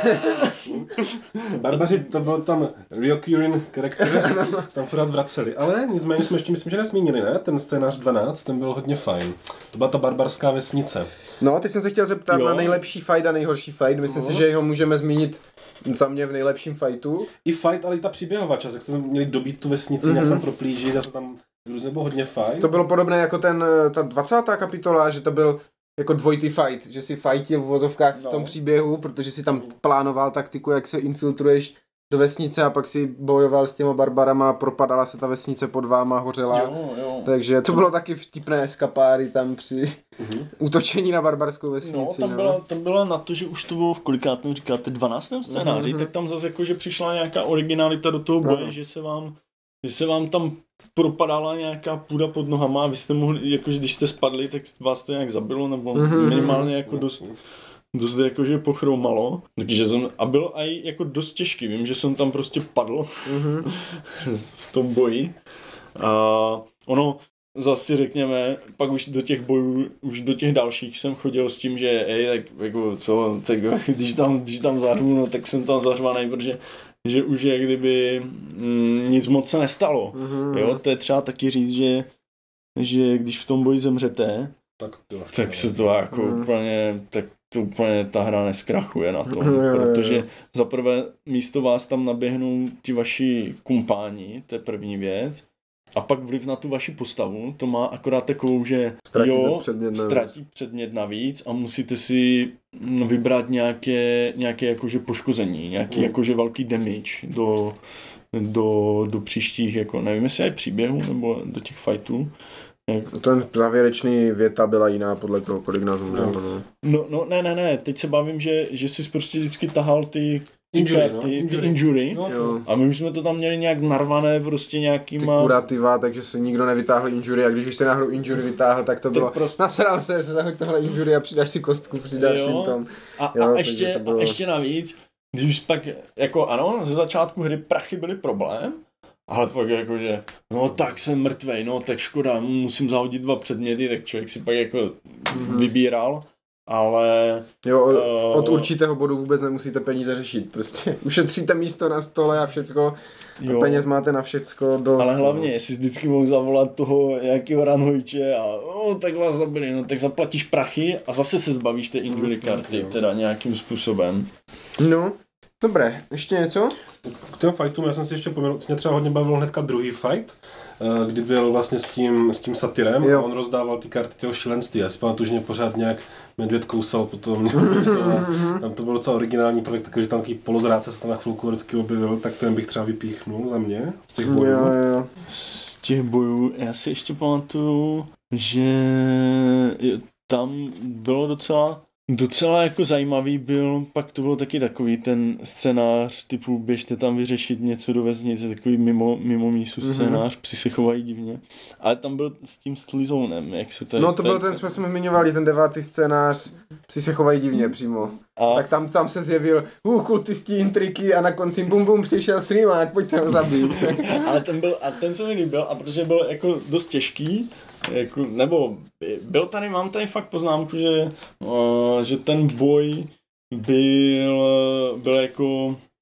Barbaři, to byl tam reoccurring charakter, tam furt vraceli. Ale nicméně jsme ještě myslím, že nesmínili, ne? Ten scénář dvanáct, ten byl hodně fajn. To byla ta barbarská vesnice. No, teď jsem se chtěl zeptat Jo. na nejlepší fight a nejhorší fight. Myslím No. si, že ho můžeme zmínit za mě v nejlepším fightu. I fight, ale i ta příběhová část, jak jsme měli dobít tu vesnici, mm-hmm. nějak tam proplížit a to tam různě bylo hodně fajn. To bylo podobné jako ten, ta dvacátá kapitola, že to byl jako dvojitý fight, že si fightil v vozovkách No. v tom příběhu, protože si tam plánoval taktiku, jak se infiltruješ do vesnice a pak si bojoval s těma barbarama, propadala se ta vesnice pod váma, hořela. Jo, jo. Takže to bylo taky vtipné eskapády tam při Mm-hmm. útočení na barbarskou No, vesnici. tam byla, tam byla na to, že už to bylo v kolikátém říkáte, dvanáctém scénáři, Mhm. tak tam zase jako, že přišla nějaká originalita do toho boje, Ano. že se vám, že se vám tam propadala nějaká půda pod nohama a vy jste mohli, jakože když jste spadli, tak vás to nějak zabilo, nebo Mhm. minimálně jako dost, dost jakože pochromalo. Takže jsem, a byl i jako dost těžký, vím, že jsem tam prostě padl Mhm. v tom boji. A ono, zase řekněme, pak už do těch bojů, už do těch dalších jsem chodil s tím, že ej, tak jako co, tak když tam, když tam zařvu, no tak jsem tam zařvaný, protože že už je kdyby mm, nic moc se nestalo. Mhm. Jo, to je třeba taky říct, že, že když v tom boji zemřete, Tak, to tak se to jako Mhm. úplně, tak to úplně ta hra neskrachuje na tom, Mhm, jo, jo, jo. protože za prvé místo vás tam naběhnou ti vaši kumpáni, to je první věc, a pak vliv na tu vaši postavu, to má akorát takovou, že Ztratíte jo, předmět navíc. ztratí předmět navíc a musíte si mm, vybrat nějaké, nějaké jakože poškození, nějaký Mm. jakože velký damage do, do, do příštích, jako nevím, jestli je příběhů nebo do těch fightů. Jak- Ten závěrečný věta byla jiná podle toho, kolik nás umřelo. No. No, no, ne, ne, ne, teď se bavím, že, že jsi prostě vždycky tahal ty, ty Injury, karty, no, ty injury. injury. No, Jo. A my už jsme to tam měli nějak narvané prostě Ty nějakýma... kurativa, takže si nikdo nevytáhl injury a když už se na hru injury vytáhl, tak to bylo prostě- nasral se, se zahoď tohle injury a přidáš si kostku při dalším Jo. tom. A, Jo, a, takže ještě, to bylo- a ještě navíc, když už pak, jako ano, ze začátku hry prachy byly problém, ale pak jakože, no tak jsem mrtvej, no tak škoda, musím zahodit dva předměty, tak člověk si pak jako Mhm. vybíral, ale... Jo, od, Eh, od určitého bodu vůbec nemusíte peníze řešit, prostě ušetříte místo na stole a všecko, Jo. a peněz máte na všecko dost. Ale hlavně, jestli vždycky mohl zavolat toho nějakého ranhojče a o, tak vás zabili, no tak zaplatíš prachy a zase se zbavíš té injury karty, teda nějakým způsobem. No, dobré, ještě něco? K těm fightům já jsem si ještě poměl, mě třeba hodně bavil hnedka druhý fight, eh, kdy byl vlastně s tím, s tím satyrem Jo. a on rozdával ty karty těho šílenství. Já si pamatuju, že mě pořád nějak medvěd kousal potom. Tam to bylo docela originální projekt, takový, že tam takový polozrádce se tam na chvilku vždycky objevil, tak ten bych třeba vypíchnul za mě z těch bojů. Jo, jo. Z těch bojů, já si ještě pamatuju, že tam bylo docela, docela jako zajímavý byl, pak to byl taky takový ten scénář typu běžte tam vyřešit něco do vesnice, takový mimo, mimo mísu Mhm. scénář, psi se chovají divně, ale tam byl s tím slizounem, jak se to No to byl ten, jsme jsme zmiňovali, ten devátý scénář, psi se chovají divně přímo. a, Tak tam, tam se zjevil, uh, kultisti intriky a na konci bum bum přišel snímák, pojďte ho zabít. ale ten byl, a ten se mi líbil, a protože byl jako dost těžký, jako, nebo byl tady, mám tady fakt poznámku, že, uh, že ten boj byl, byl jako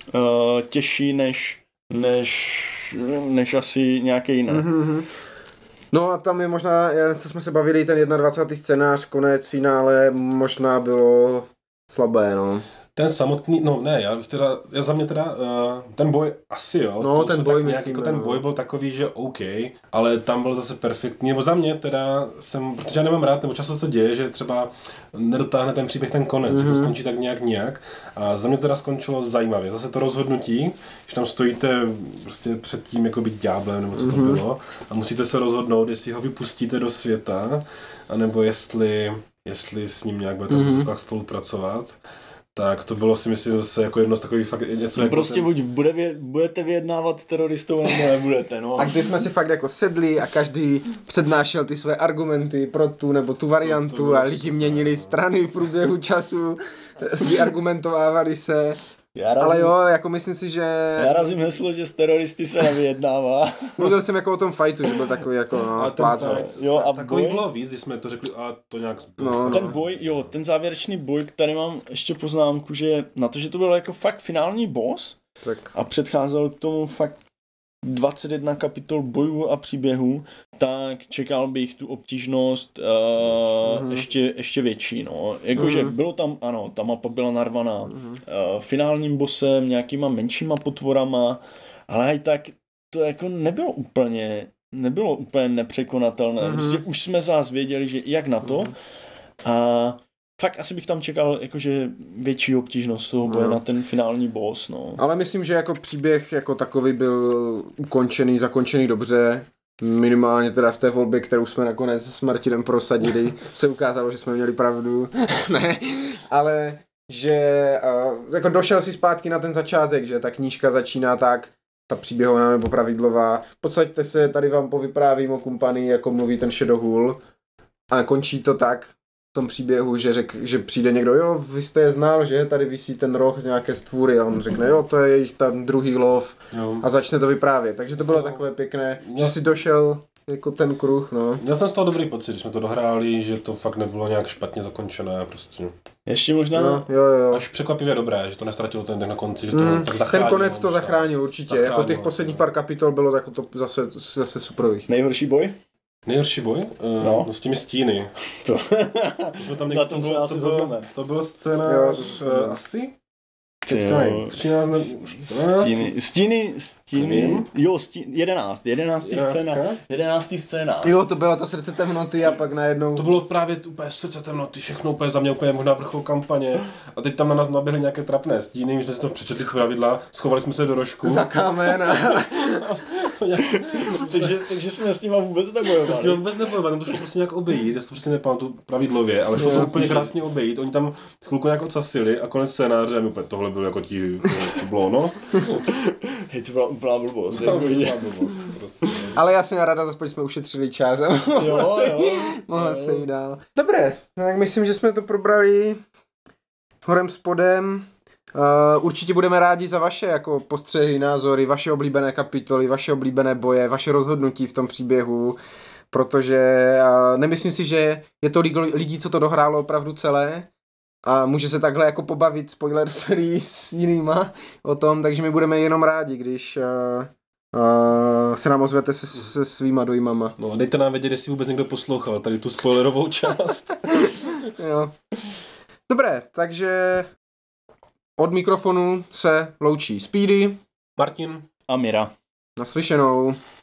uh, těžší než, než, než asi nějaké jiné. Mm-hmm. No a tam je možná, co jsme se bavili, ten dvacátý první scénář, konec, finále, možná bylo slabé, no. Ten samotný, no ne, já bych teda, já za mě teda, uh, ten boj asi jo. No, to ten jsme boj tak nějak, myslím, jako ten no. boj byl takový, že OK, ale tam byl zase perfektní, nebo za mě teda jsem, protože já nemám rád, nebo často se děje, že třeba nedotáhne ten příběh ten konec, mm-hmm. že to skončí tak nějak nějak a za mě to teda skončilo zajímavě. Zase to rozhodnutí, že tam stojíte prostě před tím jakoby ďáblem, nebo co to mm-hmm. bylo a musíte se rozhodnout, jestli ho vypustíte do světa, anebo jestli, jestli s ním nějak budete mm-hmm. spolupracovat. Tak to bylo si myslím zase jako jedno z takových fakt něco no jako prostě ten... buď bude vě, budete vyjednávat s teroristou, nebo nebudete, no. A když jsme si fakt jako sedli a každý přednášel ty své argumenty pro tu nebo tu variantu to, to a lidi super, měnili strany v průběhu času, vyargumentovávali se. Já razím, ale jo, jako myslím si, že... Já razím heslo, že s teroristy se nevyjednává. Mluvil jsem jako o tom fightu, že byl takový jako no, plácel. Jo, a takový boj... bylo víc, když jsme to řekli a to nějak... No, no. Ten boj, jo, ten závěrečný boj, tady mám ještě poznámku, že na to, že to byl jako fakt finální boss tak. a předcházel k tomu fakt dvacet jedna kapitol bojů a příběhů, tak čekal bych tu obtížnost uh, mm-hmm. ještě, ještě větší, no. Jakože mm-hmm. bylo tam, ano, ta mapa byla narvaná mm-hmm. uh, finálním bossem, nějakýma menšíma potvorama, ale i tak to jako nebylo úplně, nebylo úplně nepřekonatelné. Mm-hmm. Prostě už jsme zás věděli, že jak na to mm-hmm. a fakt asi bych tam čekal jakože větší obtížnost toho boje no. na ten finální boss, no. Ale myslím, že jako příběh jako takový byl ukončený, zakončený dobře. Minimálně teda v té volbě, kterou jsme nakonec s Martinem prosadili, se ukázalo, že jsme měli pravdu. Ne, ale že uh, jako došel si zpátky na ten začátek, že ta knížka začíná tak, ta příběhová nebo pravidlová. Podsaďte se, tady vám povyprávím o kumpanii, jako mluví ten Shadowhull. A končí to tak, v tom příběhu, že, řek, že přijde někdo, jo, vy jste je znal, že tady visí ten roh z nějaké stvůry a on řekne, jo, to je jejich tam druhý lov jo. A začne to vyprávět. Takže to bylo jo. takové pěkné, jo. že si došel jako ten kruh, no. Měl jsem z toho dobrý pocit, když jsme to dohráli, že to fakt nebylo nějak špatně zakončené, prostě. Ještě možná? No, jo, jo. Až překvapivě dobré, že to nestratilo ten na konci, že to mm, tak zachránil. Ten konec to zachránil určitě, zachránil, jako těch posledních pár kapitol bylo jako to zase, zase superových. Nejhorší boj? Nejhorší boj? Uh, no. no s těmi stíny. To, to jsme tam někdo, to, bylo, to, bylo, to byl scénář uh, asi? třináct nebo Stíny, stíny, stíny, jo, stín, jedenáct, jedenáctý scéna, jedenáctý scéna. Jo, to bylo to srdce temnoty a pak najednou... To bylo právě úplně srdce temnoty, všechno úplně za mě úplně možná vrchol kampaně a teď tam na nás naběhly nějaké trapné stíny, my jsme si to přečetli pravidla, schovali jsme se do rožku. Za kámen a... to nějak... takže, takže jsme s nima vůbec nebojovali. Jsme s nima vůbec nebojovali, to šlo prostě nějak obejít, já to prostě nepamatuju pravidlově, ale šlo to úplně krásně obejít, oni tam chvilku nějak odsasili a konec scénáře a mi úplně tohle bylo jako ti, to bylo ono. Hej, to byla úplná blbost. To byla blbost, prostě. Ale já jsem ráda, aspoň jsme ušetřili čas a mohla se, mohla se jít dál. Dobré, tak myslím, že jsme to probrali horem spodem. Uh, určitě budeme rádi za vaše jako postřehy, názory, vaše oblíbené kapitoly, vaše oblíbené boje, vaše rozhodnutí v tom příběhu, protože uh, nemyslím si, že je to lidí, co to dohrálo opravdu celé a může se takhle jako pobavit spoiler free s jinýma o tom, takže my budeme jenom rádi, když uh, uh, se nám ozvete se, se svýma dojmama. No dejte nám vědět, jestli vůbec někdo poslouchal tady tu spoilerovou část. Jo. Dobré, takže od mikrofonu se loučí Speedy, Martin a Mira. Naslyšenou.